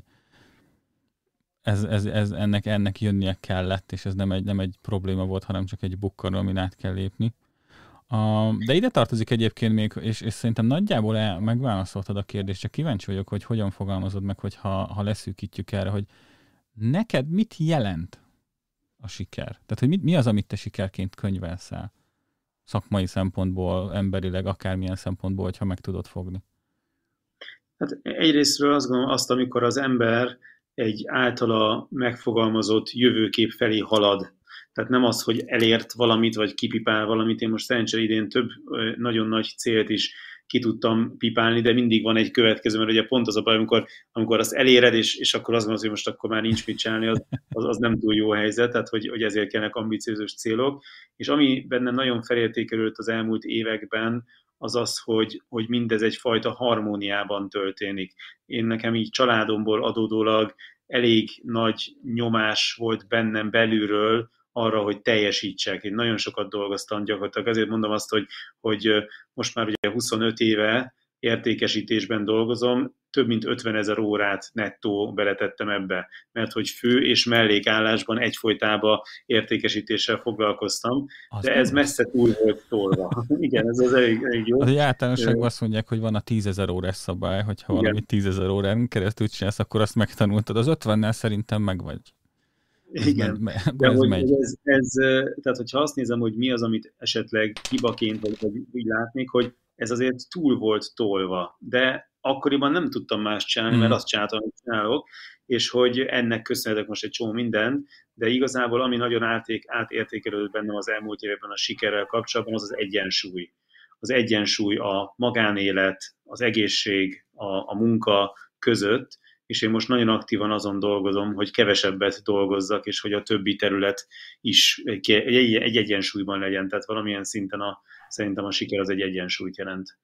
ez ennek jönnie kellett, és ez nem egy probléma volt, hanem csak egy bukkanó, amin át kell lépni. De ide tartozik egyébként még, és szerintem nagyjából megválaszoltad a kérdést, csak kíváncsi vagyok, hogy hogyan fogalmazod meg, hogy ha leszűkítjük erre, hogy neked mit jelent a siker? Tehát, hogy mi az, amit te sikerként könyvelsz el? Szakmai szempontból, emberileg, akármilyen szempontból, hogyha meg tudod fogni. Hát egyrésztről azt gondolom, amikor az ember egy általa megfogalmazott jövőkép felé halad. Tehát nem az, hogy elért valamit, vagy kipipál valamit. Én most szerencsére idén több nagyon nagy célt is ki tudtam pipálni, de mindig van egy következő, mert ugye pont az a baj, amikor azt eléred, és akkor azt gondolod, hogy most akkor már nincs mit csinálni, az nem túl jó helyzet, tehát hogy ezért kellnek ambiciózus célok. És ami bennem nagyon felértékelődött az elmúlt években, az az, hogy mindez egyfajta harmóniában történik. Nekem így családomból adódólag elég nagy nyomás volt bennem belülről arra, hogy teljesítsek. Én nagyon sokat dolgoztam gyakorlatilag. Ezért mondom azt, hogy most már ugye 25 éve értékesítésben dolgozom, több mint 50 000 órát nettó beletettem ebbe, mert hogy fő és mellékállásban egyfolytában értékesítéssel foglalkoztam, de ez messze túl volt tolva. Igen, ez az elég jó. Az általánosságban azt mondják, hogy van a 10 000 órás szabály, hogyha valami 10 000 órán keresztül csinálsz, akkor azt megtanultad. Az 50-nel szerintem meg vagy. Igen, de tehát hogyha azt nézem, hogy mi az, amit esetleg hibaként vagy úgy látnék, hogy ez azért túl volt tolva, de akkoriban nem tudtam más csinálni, mert azt csináltam, amit csinálok, és hogy ennek köszönhetek most egy csomó mindent, de igazából ami nagyon átértékelődött bennem az elmúlt években a sikerrel kapcsolatban, az az egyensúly. Az egyensúly a magánélet, az egészség, a munka között, és én most nagyon aktívan azon dolgozom, hogy kevesebbet dolgozzak, és hogy a többi terület is egy egyensúlyban legyen. Tehát valamilyen szinten szerintem a siker az egy egyensúlyt jelent.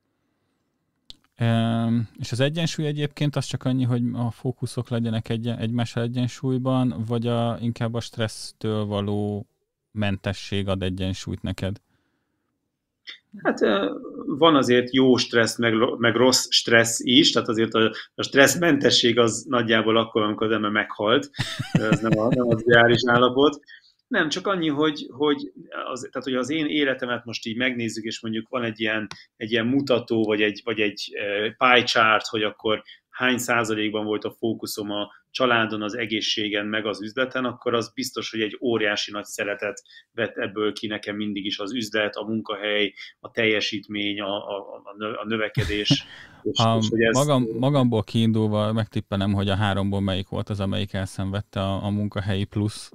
És az egyensúly egyébként az csak annyi, hogy a fókuszok legyenek egymással egyensúlyban, vagy inkább a stressztől való mentesség ad egyensúlyt neked? Hát van azért jó stressz, meg rossz stressz is, tehát azért a stresszmentesség az nagyjából akkor, amikor az ember meghalt, ez nem az ideális állapot. Nem, csak annyi, tehát, hogy az én életemet most így megnézzük, és mondjuk van egy ilyen mutató, vagy egy pie chart, hogy akkor hány százalékban volt a fókuszom a családon, az egészségen, meg az üzleten, akkor az biztos, hogy egy óriási nagy szeretet vett ebből ki nekem mindig is az üzlet, a munkahely, a teljesítmény, a növekedés. Magamból kiindulva megtippenem, hogy a 3-ból melyik volt az, amelyik elszenvedte a munkahelyi pluszt.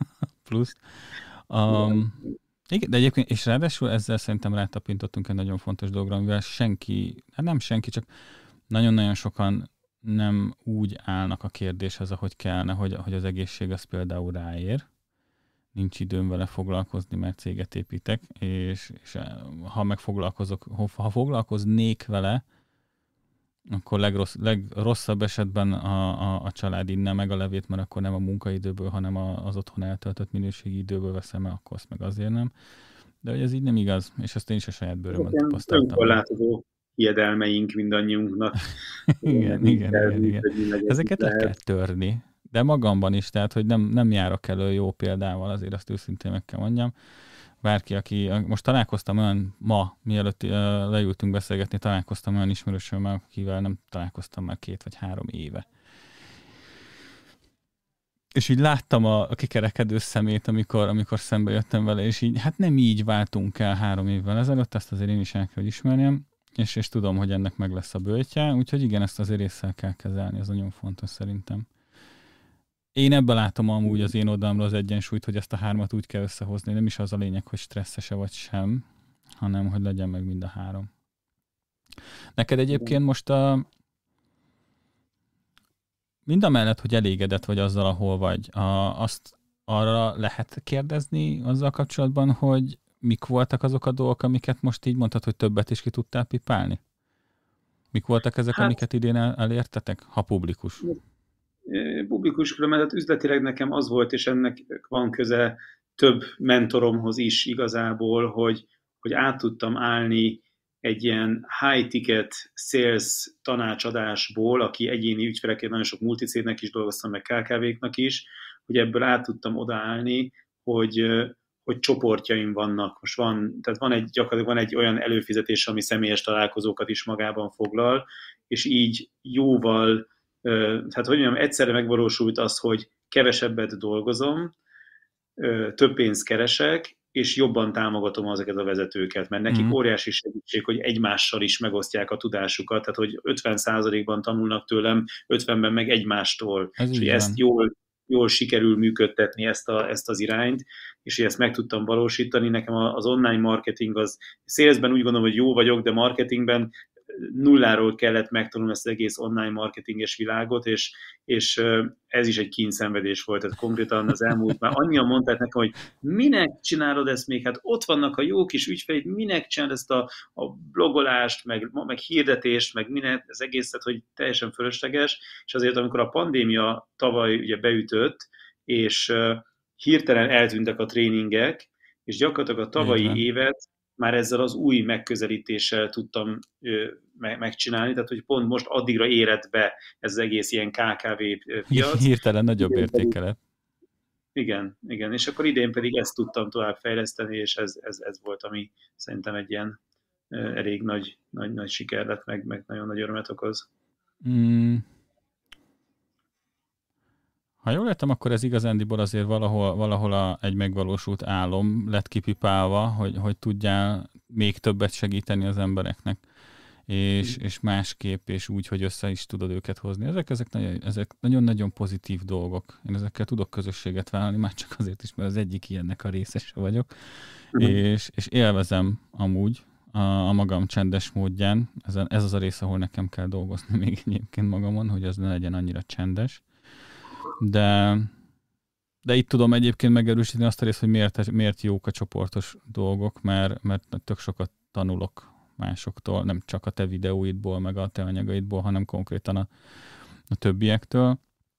Igen, de egyébként, és ráadásul ezzel szerintem rátapintottunk egy nagyon fontos dologra, amivel nem senki, csak nagyon-nagyon sokan nem úgy állnak a kérdéshez, ahogy kellene, hogy az egészség az például ráér. Nincs időm vele foglalkozni, mert céget építek, és ha foglalkoznék vele, akkor legrosszabb esetben a család inne meg a levét, mert akkor nem a munkaidőből, hanem az otthon eltöltött minőségi időből veszem el, akkor azt meg azért nem. De hogy ez így nem igaz, és ezt én is a saját bőrömön tapasztaltam. Önkorlátozó hiedelmeink mindannyiunknak. Igen. Ezeket le kell törni, de magamban is, tehát hogy nem járok elő jó példával, azért azt őszintén meg kell mondjam. Bárki, aki... Most találkoztam olyan mielőtt leültünk beszélgetni, találkoztam olyan ismerősömmel, akivel nem találkoztam már 2 vagy 3 éve. És így láttam a kikerekedő szemét, amikor szembe jöttem vele, és így, hát nem így váltunk el 3 évvel ezelőtt, ezt azért én is el kell ismerjem, és tudom, hogy ennek meg lesz a böltje, úgyhogy igen, ezt azért észre kell kezelni, ez nagyon fontos szerintem. Én ebben látom amúgy az én oldalamról az egyensúlyt, hogy ezt a 3-at úgy kell összehozni. Nem is az a lényeg, hogy stresszese vagy sem, hanem hogy legyen meg mind a 3. Neked egyébként most mind a mellett, hogy elégedett vagy azzal, ahol vagy, azt arra lehet kérdezni azzal kapcsolatban, hogy mik voltak azok a dolgok, amiket most így mondtad, hogy többet is ki tudtál pipálni? Mik voltak ezek, amiket idén elértetek, ha publikus? Publikus, mert üzletileg nekem az volt, és ennek van köze több mentoromhoz is igazából, hogy át tudtam állni egy ilyen high-ticket sales tanácsadásból, aki egyéni ügyfelekért nagyon sok multicégnek is dolgoztam, meg KKV-knak is, hogy ebből át tudtam odaállni, hogy csoportjaim vannak. Most gyakorlatilag van egy olyan előfizetés, ami személyes találkozókat is magában foglal, és így jóval, tehát hogy mondjam, egyszerre megvalósult az, hogy kevesebbet dolgozom, több pénzt keresek, és jobban támogatom ezeket a vezetőket, mert nekik óriási segítség, hogy egymással is megosztják a tudásukat, tehát hogy 50%-ban tanulnak tőlem, 50-ben meg egymástól. És hogy ezt jól sikerül működtetni ezt az irányt, és hogy ezt meg tudtam valósítani. Nekem az online marketing az, salesben úgy gondolom, hogy jó vagyok, de marketingben nulláról kellett megtanulni ezt az egész online marketinges világot, és ez is egy kínszenvedés volt, tehát konkrétan az elmúlt, már annyian mondták nekem, hogy minek csinálod ezt még, hát ott vannak a jó kis ügyfeleid, minek csinálod ezt a blogolást, meg hirdetést, meg minek, ez egészet, hogy teljesen fölösleges, és azért, amikor a pandémia tavaly ugye beütött, és hirtelen eltűntek a tréningek, és gyakorlatilag a tavalyi évet már ezzel az új megközelítéssel tudtam megcsinálni, tehát hogy pont most addigra érett be ez az egész ilyen KKV piac. Hirtelen nagyobb értéke. Igen, és akkor idén pedig ezt tudtam tovább fejleszteni, és ez volt, ami szerintem egy ilyen elég nagy siker lett, meg nagyon nagy örömet okoz. Ha jól értem, akkor ez igazándiból azért valahol egy megvalósult álom lett kipipálva, hogy tudjál még többet segíteni az embereknek. és másképp, és úgy, hogy össze is tudod őket hozni. Ezek nagyon-nagyon pozitív dolgok. Én ezekkel tudok közösséget vállalni, már csak azért is, mert az egyik ilyennek a részese vagyok. És élvezem amúgy a magam csendes módján. Ez az a rész, ahol nekem kell dolgozni még egyébként magamon, hogy az ne legyen annyira csendes. De itt tudom egyébként megerősíteni azt a részt, hogy miért jók a csoportos dolgok, mert tök sokat tanulok másoktól, nem csak a te videóidból, meg a te anyagaidból, hanem konkrétan a többiektől.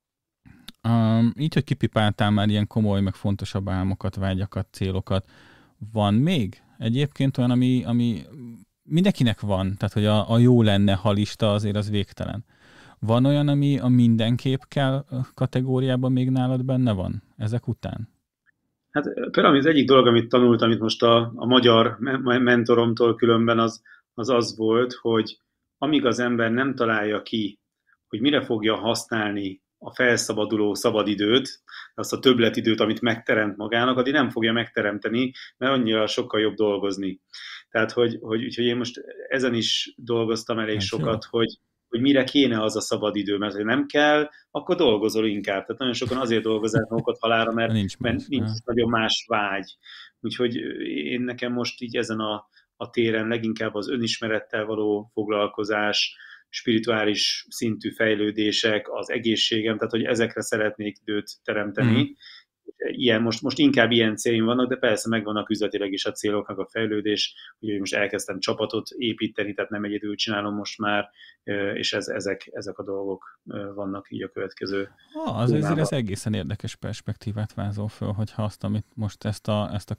Így, hogy kipipáltál már ilyen komoly, meg fontosabb álmokat, vágyakat, célokat, van még egyébként olyan, ami mindenkinek van, tehát hogy a jó lenne, ha lista azért az végtelen. Van olyan, ami a mindenképp kell kategóriában még nálad benne van ezek után? Hát például az egyik dolog, amit tanultam itt most a magyar mentoromtól különben az volt, hogy amíg az ember nem találja ki, hogy mire fogja használni a felszabaduló szabadidőt, azt a többletidőt, amit megteremt magának, addig nem fogja megteremteni, mert annyira sokkal jobb dolgozni. Tehát, úgyhogy én most ezen is dolgoztam elég sokat, hogy mire kéne az a szabadidő, mert ha nem kell, akkor dolgozol inkább. Tehát nagyon sokan azért dolgozzák magukat halálra, mert nincs nagyon más vágy. Úgyhogy nekem most így ezen a téren leginkább az önismerettel való foglalkozás, spirituális szintű fejlődések, az egészségem, tehát hogy ezekre szeretnék időt teremteni. Most inkább ilyen céljaim vannak, de persze megvannak üzletileg is a céloknak a fejlődés, hogy most elkezdtem csapatot építeni, tehát nem egyedül csinálom most már, és ezek a dolgok vannak így a következő. Azért ez egészen érdekes perspektívát vázol föl, hogyha azt, amit most ezt a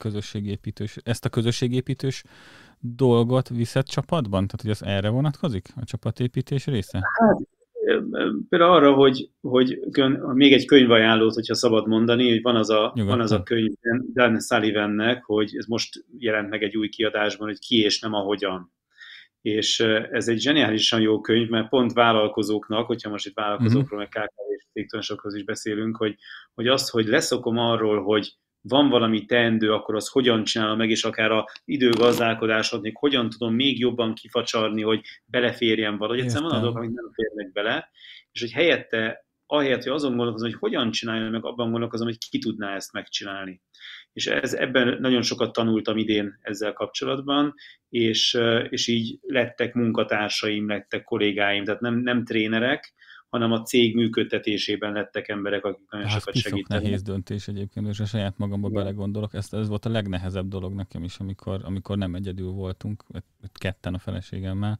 közösségépítős dolgot viszed csapatban? Tehát, hogy az erre vonatkozik? A csapatépítés része? Hát, például arra, hogy még egy könyvajánlót, hogyha szabad mondani, hogy van az a könyv Dan Sullivannek, hogy ez most jelent meg egy új kiadásban, hogy ki és nem a hogyan. És ez egy zseniálisan jó könyv, mert pont vállalkozóknak, hogyha most itt vállalkozókról, meg KKV-s cégtulajdonosokhoz is beszélünk, hogy azt, hogy leszokom arról, hogy van valami teendő, akkor azt hogyan csinálom meg, és akár a időgazdálkodásod, még hogyan tudom még jobban kifacsarni, hogy beleférjen valahogy. Egyszerűen van azok, amik nem férnek bele, és hogy ahelyett, hogy azon gondolkozom, hogy hogyan csináljam meg, abban gondolkozom, hogy ki tudná ezt megcsinálni. És ebben nagyon sokat tanultam idén ezzel kapcsolatban, és így lettek munkatársaim, lettek kollégáim, tehát nem trénerek, hanem a cég működtetésében lettek emberek, akik nagyon sokat segítenek. Nehéz döntés egyébként, és a saját magamba belegondolok. Ez volt a legnehezebb dolog nekem is, amikor nem egyedül voltunk, ketten a feleségemmel,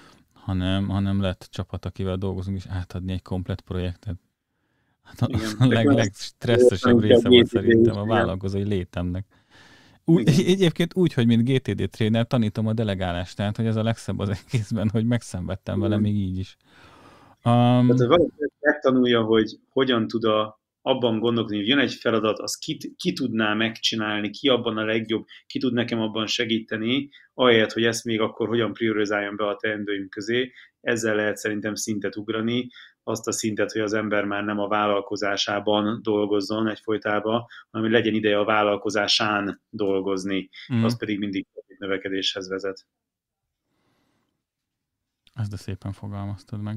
hanem lett csapat, akivel dolgozunk, és átadni egy komplett projektet. Hát a legstresszesebb része volt szerintem a vállalkozói létemnek. Egyébként úgy, hogy mint GTD tréner tanítom a delegálást, tehát hogy ez a legszebb az egészben, hogy megszenvedtem vele még így is. Tehát, hogy valaki megtanulja, hogy hogyan tud abban gondolkodni, hogy jön egy feladat, azt ki tudná megcsinálni, ki abban a legjobb, ki tud nekem abban segíteni, ahelyett, hogy ezt még akkor hogyan priorizáljam be a teendőim közé, ezzel lehet szerintem szintet ugrani, azt a szintet, hogy az ember már nem a vállalkozásában dolgozzon egyfolytában, hanem hogy legyen ideje a vállalkozásán dolgozni, az pedig mindig növekedéshez vezet. Ezt de szépen fogalmaztad meg.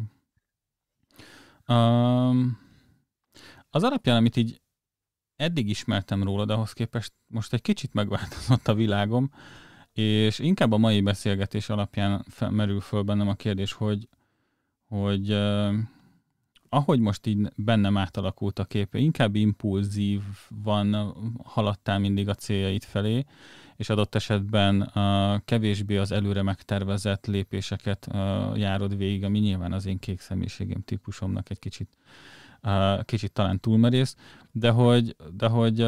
Az alapján, amit így eddig ismertem rólad, ahhoz képest most egy kicsit megváltozott a világom, és inkább a mai beszélgetés alapján merül föl bennem a kérdés, hogy ahogy most így bennem átalakult a kép, inkább impulzívan haladtál mindig a céljaid felé, és adott esetben kevésbé az előre megtervezett lépéseket járod végig, ami nyilván az én kék személyiségem típusomnak egy kicsit talán túlmerész, de hogy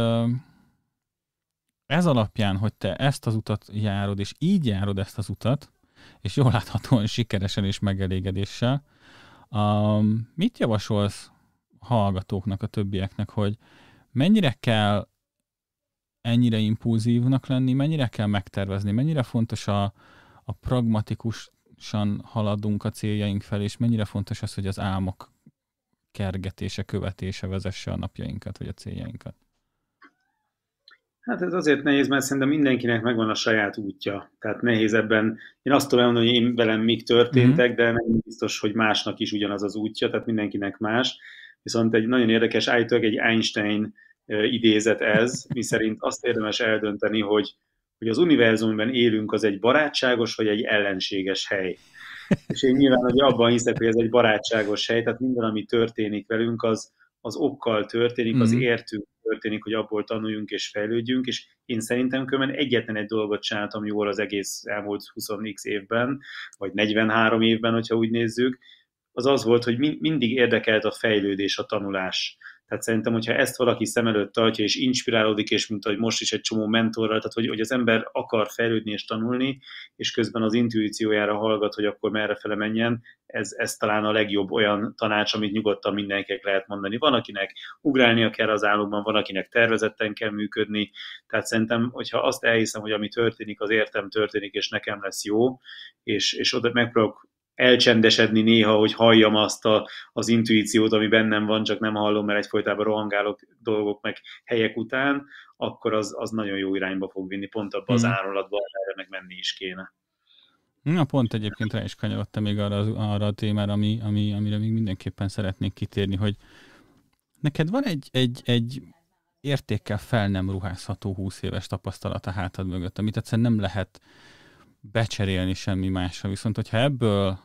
ez alapján, hogy te ezt az utat járod, és így járod ezt az utat, és jól láthatóan sikeresen és megelégedéssel, mit javasolsz hallgatóknak, a többieknek, hogy mennyire kell ennyire impulzívnak lenni, mennyire kell megtervezni, mennyire fontos a pragmatikusan haladunk a céljaink felé, és mennyire fontos az, hogy az álmok kergetése, követése vezesse a napjainkat, vagy a céljainkat? Hát ez azért nehéz, mert szerintem mindenkinek megvan a saját útja. Tehát nehéz ebben, én azt tudom elmondani, hogy én velem mik Uh-huh. történtek, de nem biztos, hogy másnak is ugyanaz az útja, tehát mindenkinek más. Viszont egy nagyon érdekes, állítólag egy Einstein idézet ez, miszerint azt érdemes eldönteni, hogy az univerzumban élünk, az egy barátságos vagy egy ellenséges hely. És én nyilván hogy abban hiszek, hogy ez egy barátságos hely, tehát minden, ami történik velünk, az okkal történik, az Uh-huh. értünk történik, hogy abból tanuljunk és fejlődjünk, és én szerintem különben egyetlen egy dolgot csináltam jól az egész elmúlt 20x évben, vagy 43 évben, hogyha úgy nézzük, az az volt, hogy mindig érdekelt a fejlődés, a tanulás. Tehát szerintem, hogyha ezt valaki szem előtt tartja, és inspirálódik, és mint ahogy most is egy csomó mentorral, tehát hogy az ember akar fejlődni és tanulni, és közben az intuíciójára hallgat, hogy akkor merre fele menjen, ez talán a legjobb olyan tanács, amit nyugodtan mindenkinek lehet mondani. Van, akinek ugrálnia kell az álomban, van, akinek tervezetten kell működni, tehát szerintem, hogyha azt elhiszem, hogy ami történik, az értem történik, és nekem lesz jó, és oda megpróbálok elcsendesedni néha, hogy halljam az intuíciót, ami bennem van, csak nem hallom, mert egyfolytában rohangálok dolgok meg helyek után, akkor az nagyon jó irányba fog vinni, pont abba az Uh-huh. áramlatba, erre meg menni is kéne. Na pont egyébként rá is kanyarodtam még arra a témára, amire még mindenképpen szeretnék kitérni, hogy neked van egy értékkel fel nem ruházható 20 éves tapasztalat a hátad mögött, amit egyszerűen nem lehet becserélni semmi másra. Viszont, hogyha ebből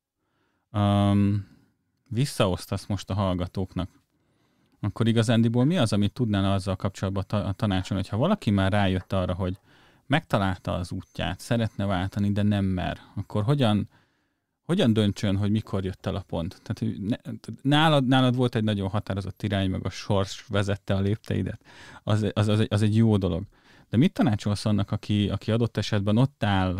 visszaosztasz most a hallgatóknak, akkor igazándiból mi az, amit tudnál azzal kapcsolatban a tanácson, hogyha valaki már rájött arra, hogy megtalálta az útját, szeretne váltani, de nem mer, akkor hogyan döntsön, hogy mikor jött el a pont? Tehát nálad volt egy nagyon határozott irány, meg a sors vezette a lépteidet. Az egy jó dolog. De mit tanácsolsz annak, aki adott esetben ott áll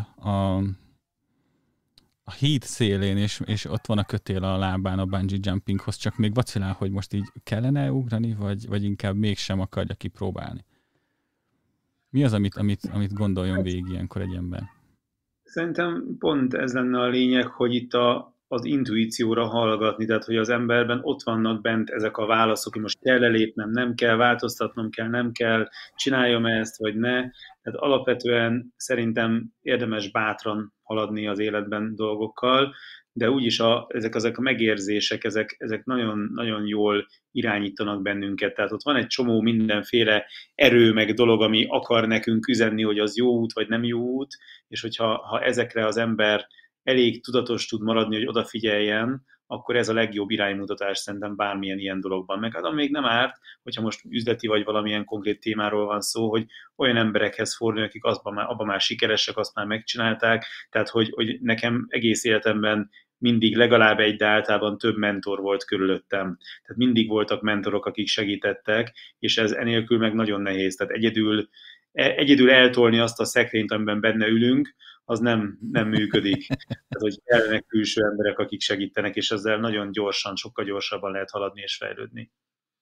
a híd szélén, és ott van a kötél a lábán a bungee jumpinghoz, csak még vacilál, hogy most így kellene ugrani, vagy inkább mégsem akarja kipróbálni? Mi az, amit gondoljon végig ilyenkor egy ember? Szerintem pont ez lenne a lényeg, hogy itt az intuícióra hallgatni, tehát hogy az emberben ott vannak bent ezek a válaszok, hogy most kell lépnem, nem kell, változtatnom kell, nem kell, csináljam ezt, vagy ne. Tehát alapvetően szerintem érdemes bátran haladni az életben dolgokkal, de úgyis ezek a megérzések, ezek nagyon, nagyon jól irányítanak bennünket. Tehát ott van egy csomó mindenféle erő, meg dolog, ami akar nekünk üzenni, hogy az jó út, vagy nem jó út, és hogyha ezekre az ember elég tudatos tud maradni, hogy odafigyeljen, akkor ez a legjobb iránymutatás szerintem bármilyen ilyen dologban. Meg hát még nem árt, hogyha most üzleti vagy valamilyen konkrét témáról van szó, hogy olyan emberekhez fordulni, akik abban már sikeresek, azt már megcsinálták, tehát hogy nekem egész életemben mindig legalább egy, de általában több mentor volt körülöttem. Tehát mindig voltak mentorok, akik segítettek, és ez enélkül meg nagyon nehéz. Tehát egyedül eltolni azt a szekrényt, amiben benne ülünk, az nem működik. Tehát, hogy kellenek külső emberek, akik segítenek, és ezzel nagyon gyorsan, sokkal gyorsabban lehet haladni és fejlődni.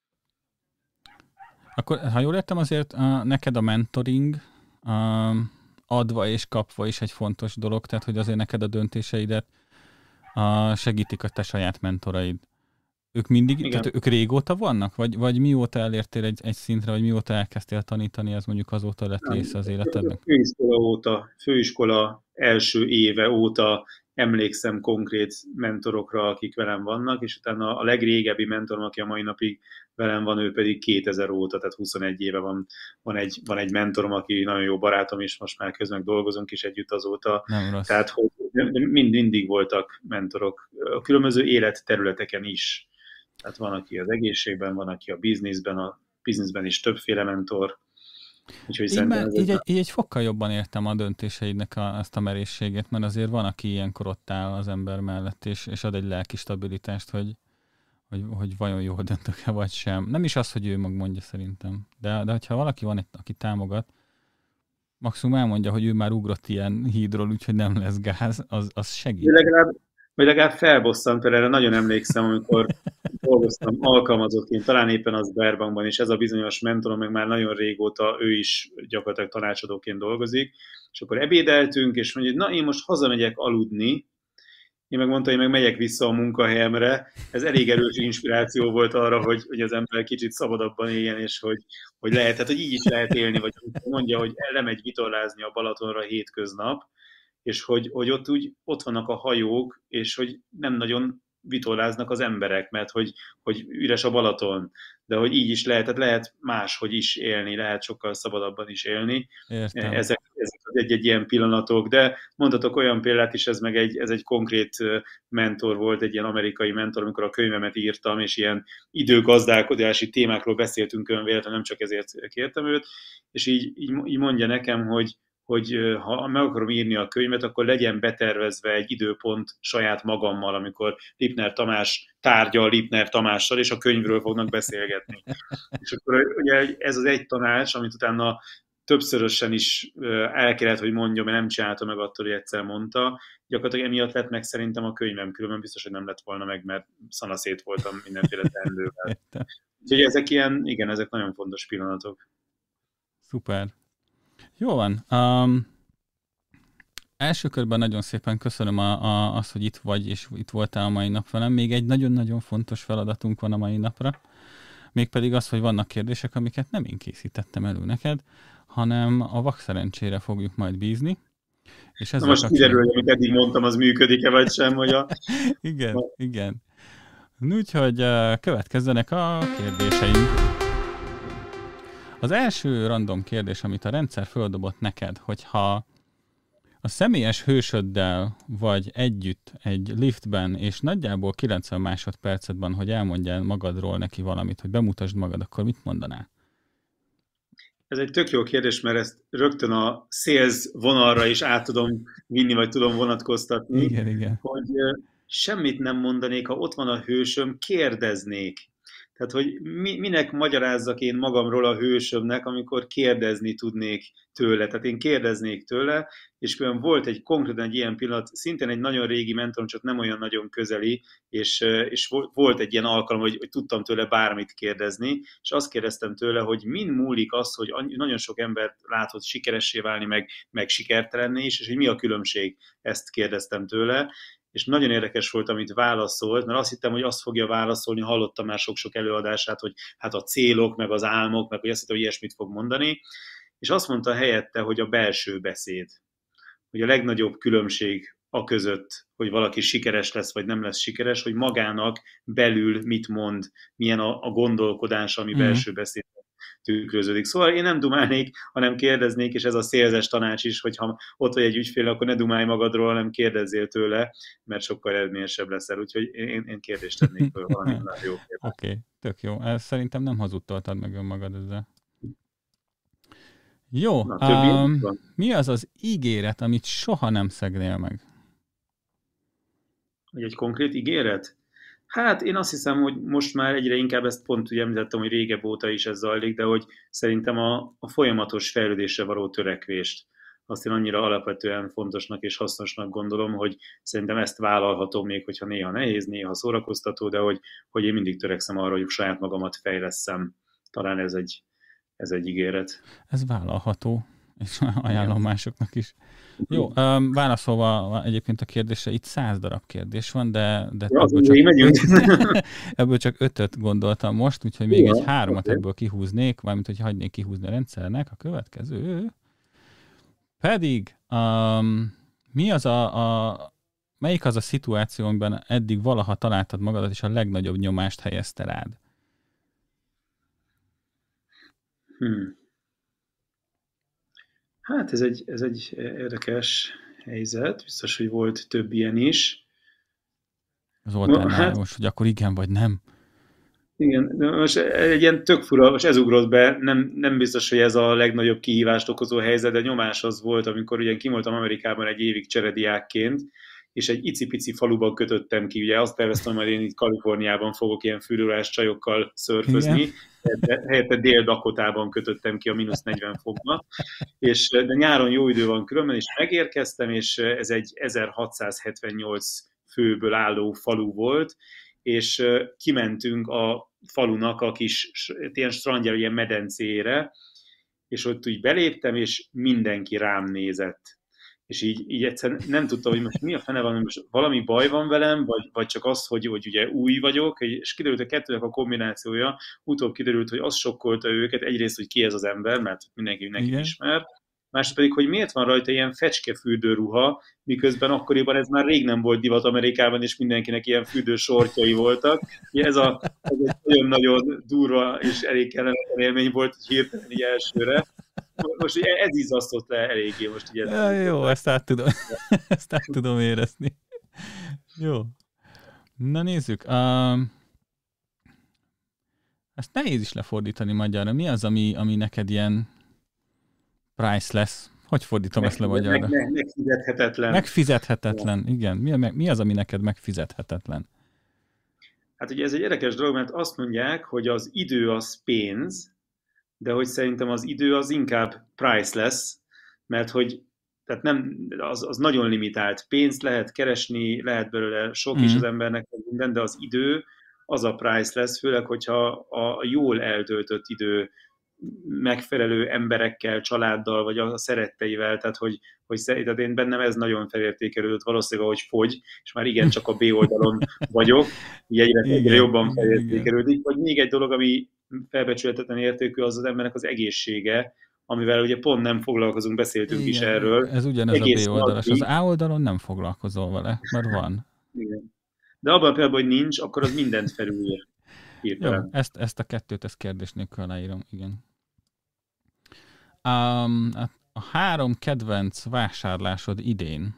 Akkor, ha jól értem, azért neked a mentoring adva és kapva is egy fontos dolog, tehát hogy azért neked a döntéseidet segítik a te saját mentoraid. Ők mindig, Igen. tehát ők régóta vannak? Vagy mióta elértél egy szintre, vagy mióta elkezdtél tanítani, az mondjuk azóta lett része az életednek? Főiskola első éve óta emlékszem konkrét mentorokra, akik velem vannak, és utána a legrégebbi mentorom, aki a mai napig velem van, ő pedig 2000 óta, tehát 21 éve van egy mentorom, aki nagyon jó barátom, és most már közben dolgozunk is együtt azóta. Nem rossz. Tehát hogy mindig voltak mentorok a különböző életterületeken is. Tehát van, aki az egészségben, van, aki a bizniszben is többféle mentor. Így egy fokkal jobban értem a döntéseidnek azt a merészségét, mert azért van, aki ilyenkor ott áll az ember mellett, és ad egy lelki stabilitást, hogy vajon jól döntök-e, vagy sem. Nem is az, hogy ő mondja szerintem. De hogyha valaki van, aki támogat, maximum elmondja, hogy ő már ugrott ilyen hídról, úgyhogy nem lesz gáz, az segít. Vagy legalább felbosszant, például erre nagyon emlékszem, amikor dolgoztam alkalmazottként, talán éppen az Sberbankban, és ez a bizonyos mentorom, meg már nagyon régóta ő is gyakorlatilag tanácsadóként dolgozik, és akkor ebédeltünk, és mondja, hogy na én most hazamegyek aludni, én meg mondtam, hogy meg megyek vissza a munkahelyemre. Ez elég erős inspiráció volt arra, hogy az ember kicsit szabadabban éljen, és hogy lehet, tehát hogy így is lehet élni, vagy mondja, hogy lemegy vitorlázni a Balatonra hétköznap, és hogy ott vannak a hajók, és hogy nem nagyon vitorláznak az emberek, mert hogy üres a Balaton, de hogy így is lehet, tehát lehet máshogy is élni, lehet sokkal szabadabban is élni. Értem. Ezek az egy-egy ilyen pillanatok, de mondhatok olyan példát is, ez egy konkrét mentor volt, egy ilyen amerikai mentor, amikor a könyvemet írtam, és ilyen időgazdálkodási témákról beszéltünk önvéletlenül, nem csak ezért kértem őt, és így mondja nekem, hogy ha meg akarom írni a könyvet, akkor legyen betervezve egy időpont saját magammal, amikor Lipner Tamás tárgyal Lipner Tamással, és a könyvről fognak beszélgetni. És akkor ugye ez az egy tanács, amit utána többszörösen is el kellett, hogy mondjam, mert nem csinálta meg attól, hogy egyszer mondta. Gyakorlatilag emiatt lett meg szerintem a könyvem, különben biztos, hogy nem lett volna meg, mert szanaszét voltam mindenféle teendővel. Úgyhogy ezek ilyen, igen, ezek nagyon fontos pillanatok. Szuper. Jó van. Első körben nagyon szépen köszönöm azt, hogy itt vagy, és itt voltál a mai nap velem. Még egy nagyon-nagyon fontos feladatunk van a mai napra. Mégpedig az, hogy vannak kérdések, amiket nem én készítettem elő neked, hanem a vakszerencsére fogjuk majd bízni. És na most kiderül, hogy amit eddig mondtam, az működik-e vagy sem, hogy a... Igen. Úgyhogy következzenek a kérdéseink. Az első random kérdés, amit a rendszer földobott neked, hogyha a személyes hősöddel vagy együtt egy liftben, és nagyjából 90 másodpercet, hogy elmondjál magadról neki valamit, hogy bemutasd magad, akkor mit mondanál? Ez egy tök jó kérdés, mert ezt rögtön a sales vonalra is át tudom vinni, vagy tudom vonatkoztatni. Igen. Hogy semmit nem mondanék, ha ott van a hősöm, kérdeznék. Tehát, hogy minek magyarázzak én magamról a hősömnek, amikor kérdezni tudnék tőle. Tehát én kérdeznék tőle, és külön volt konkrétan egy ilyen pillanat, szintén egy nagyon régi mentorom, csak nem olyan nagyon közeli, és volt egy ilyen alkalom, hogy tudtam tőle bármit kérdezni, és azt kérdeztem tőle, hogy min múlik az, hogy nagyon sok embert látod sikeressé válni, meg sikertelenné is, és hogy mi a különbség, ezt kérdeztem tőle. És nagyon érdekes volt, amit válaszolt, mert azt hittem, hogy azt fogja válaszolni, hallottam már sok-sok előadását, hogy hát a célok, meg az álmok, meg hogy azt hittem, hogy ilyesmit fog mondani, és azt mondta helyette, hogy a belső beszéd, hogy a legnagyobb különbség a között, hogy valaki sikeres lesz, vagy nem lesz sikeres, hogy magának belül mit mond, milyen a gondolkodás, ami belső beszéd tükröződik. Szóval én nem dumálnék, hanem kérdeznék, és ez a szélzes tanács is, hogyha ott vagy egy ügyfél, akkor ne dumálj magadról, hanem kérdezzél tőle, mert sokkal eredményesebb leszel. Úgyhogy én kérdést tennék föl valamit nagyon jó kérdést. Oké, tök jó. Szerintem nem hazudtoltad meg önmagad ezzel. Jó, mi az az ígéret, amit soha nem szegnél meg? Hogy egy konkrét ígéret? Hát én azt hiszem, hogy most már egyre inkább ezt pont ugye említettem, hogy régebb óta is ez zajlik, de hogy szerintem a folyamatos fejlődésre való törekvést azt én annyira alapvetően fontosnak és hasznosnak gondolom, hogy szerintem ezt vállalhatom még, hogyha néha nehéz, néha szórakoztató, de hogy én mindig törekszem arra, hogy saját magamat fejlesszem. Talán ez egy ígéret. Ez vállalható, és ajánlom másoknak is. Jó, válaszolva egyébként a kérdésre, itt 100 darab kérdés van, de ebből csak 5-öt gondoltam most, úgyhogy még egy 3-at ebből kihúznék, valamint, hogy hagynék kihúzni a rendszernek. A következő pedig melyik az a szituáció, amiben eddig valaha találtad magadat, és a legnagyobb nyomást helyezte rád? Hát ez egy érdekes helyzet, biztos, hogy volt több ilyen is. Zoltánnál most, hogy akkor igen vagy nem? Igen, de most egy ilyen tök fura, most ez ugrott be, nem biztos, hogy ez a legnagyobb kihívást okozó helyzet, de nyomás az volt, amikor ugyan kimoltam Amerikában egy évig cserediákként, és egy icipici faluban kötöttem ki, ugye azt terveztem, hogy én itt Kaliforniában fogok ilyen fűrőrás csajokkal szörfözni, helyette Dél-Dakotában kötöttem ki a -40 fokba, de nyáron jó idő van különben, és megérkeztem, és ez egy 1678 főből álló falu volt, és kimentünk a falunak a kis ilyen strandjára, ilyen medencére, és ott úgy beléptem, és mindenki rám nézett. és így egyszerűen nem tudtam, hogy most mi a fene van, most valami baj van velem, vagy csak az, hogy ugye új vagyok, és kiderült a kettőnek a kombinációja, utóbb kiderült, hogy az sokkolta őket, egyrészt, hogy ki ez az ember, mert mindenki ismer, másrészt pedig, hogy miért van rajta ilyen fecskefürdőruha, miközben akkoriban ez már rég nem volt divat Amerikában, és mindenkinek ilyen fürdősortjai voltak. Ez egy nagyon-nagyon durva és elég kellemetlen élmény volt hirtelen így elsőre. Most ez izzasztott le eléggé most. Jó, ezt át tudom érezni. Jó. Na nézzük. Ezt nehéz is lefordítani magyarra. Mi az, ami neked ilyen priceless? Hogy fordítom ezt le magyarra? Megfizethetetlen. Megfizethetetlen, igen. Mi az, ami neked megfizethetetlen? Hát ugye ez egy érdekes dolog, mert azt mondják, hogy az idő az pénz, de hogy szerintem az idő az inkább priceless, mert hogy tehát nem, az nagyon limitált. Pénzt lehet keresni, lehet belőle sok is az embernek minden, de az idő az a priceless, főleg, hogyha a jól eltöltött idő megfelelő emberekkel, családdal, vagy a szeretteivel, tehát én bennem ez nagyon felértékelődött, valószínűleg ahogy fogy, és már igen, csak a B oldalon vagyok, így egyre jobban felértékelődik. Vagy még egy dolog, ami felbecsülhetetlen értékű, az embernek az egészsége, amivel ugye pont nem foglalkozunk, beszéltünk is erről. Ez ugyanez a B oldalas. Az A oldalon nem foglalkozol vele, mert van. Igen. De abban a pillanatban, hogy nincs, akkor az mindent felülír. Jó, ezt a kettőt, ezt kérdés nélkül aláírom, igen. A 3 kedvenc vásárlásod idén?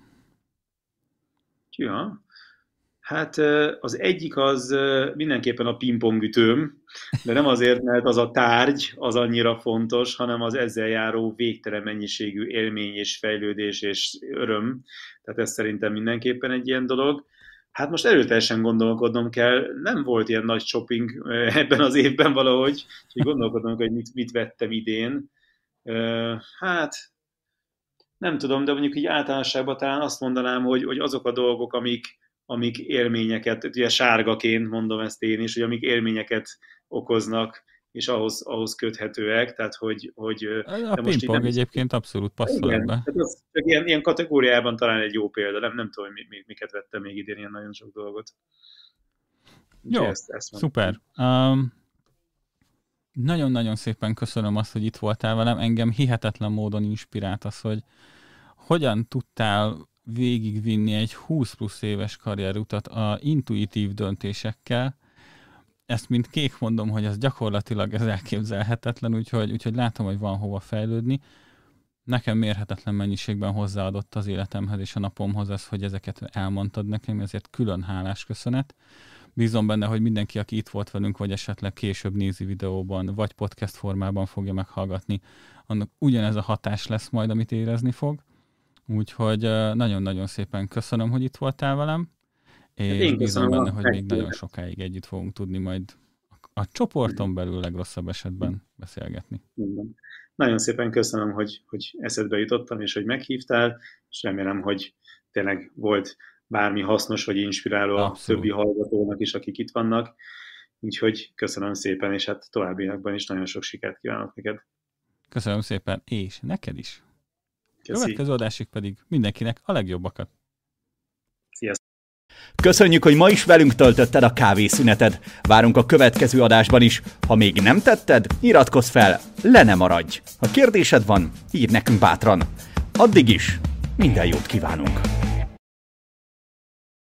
Ja, hát az egyik az mindenképpen a pingpongütőm, de nem azért, mert az a tárgy az annyira fontos, hanem az ezzel járó végtelen mennyiségű élmény és fejlődés és öröm. Tehát ez szerintem mindenképpen egy ilyen dolog. Hát most erőteljesen gondolkodnom kell, nem volt ilyen nagy shopping ebben az évben valahogy, úgyhogy gondolkodnom, hogy mit vettem idén. Hát nem tudom, de mondjuk így általánosságban talán azt mondanám, hogy azok a dolgok, amik élményeket, ugye sárgaként mondom ezt én is, hogy amik élményeket okoznak, és ahhoz köthetőek, tehát hogy a pingpong egyébként abszolút passzol be. Ilyen kategóriában talán egy jó példa, nem tudom, hogy miket vettem még idén, ilyen nagyon sok dolgot. Jó, szuper. Nagyon-nagyon szépen köszönöm azt, hogy itt voltál velem. Engem hihetetlen módon inspirált az, hogy hogyan tudtál végigvinni egy 20 plusz éves karrierutat a intuitív döntésekkel. Ezt mint kék mondom, hogy ez gyakorlatilag ez elképzelhetetlen, úgyhogy látom, hogy van hova fejlődni. Nekem mérhetetlen mennyiségben hozzáadott az életemhez és a napomhoz az, hogy ezeket elmondtad nekem, ezért külön hálás köszönet. Bízom benne, hogy mindenki, aki itt volt velünk, vagy esetleg később nézi videóban, vagy podcast formában fogja meghallgatni, annak ugyanez a hatás lesz majd, amit érezni fog. Úgyhogy nagyon-nagyon szépen köszönöm, hogy itt voltál velem, és bízom benne, hogy még nagyon sokáig együtt fogunk tudni majd a csoporton belül legrosszabb esetben beszélgetni. Minden. Nagyon szépen köszönöm, hogy eszedbe jutottam, és hogy meghívtál, és remélem, hogy tényleg volt bármi hasznos vagy inspiráló a többi hallgatónak is, akik itt vannak. Úgyhogy köszönöm szépen, és hát továbbiakban is nagyon sok sikert kívánok neked. Köszönöm szépen, és neked is. Következő adásig pedig mindenkinek a legjobbakat. Sziasztok! Köszönjük, hogy ma is velünk töltötted a kávészüneted. Várunk a következő adásban is. Ha még nem tetted, iratkozz fel, le ne maradj. Ha kérdésed van, írd nekünk bátran. Addig is minden jót kívánunk!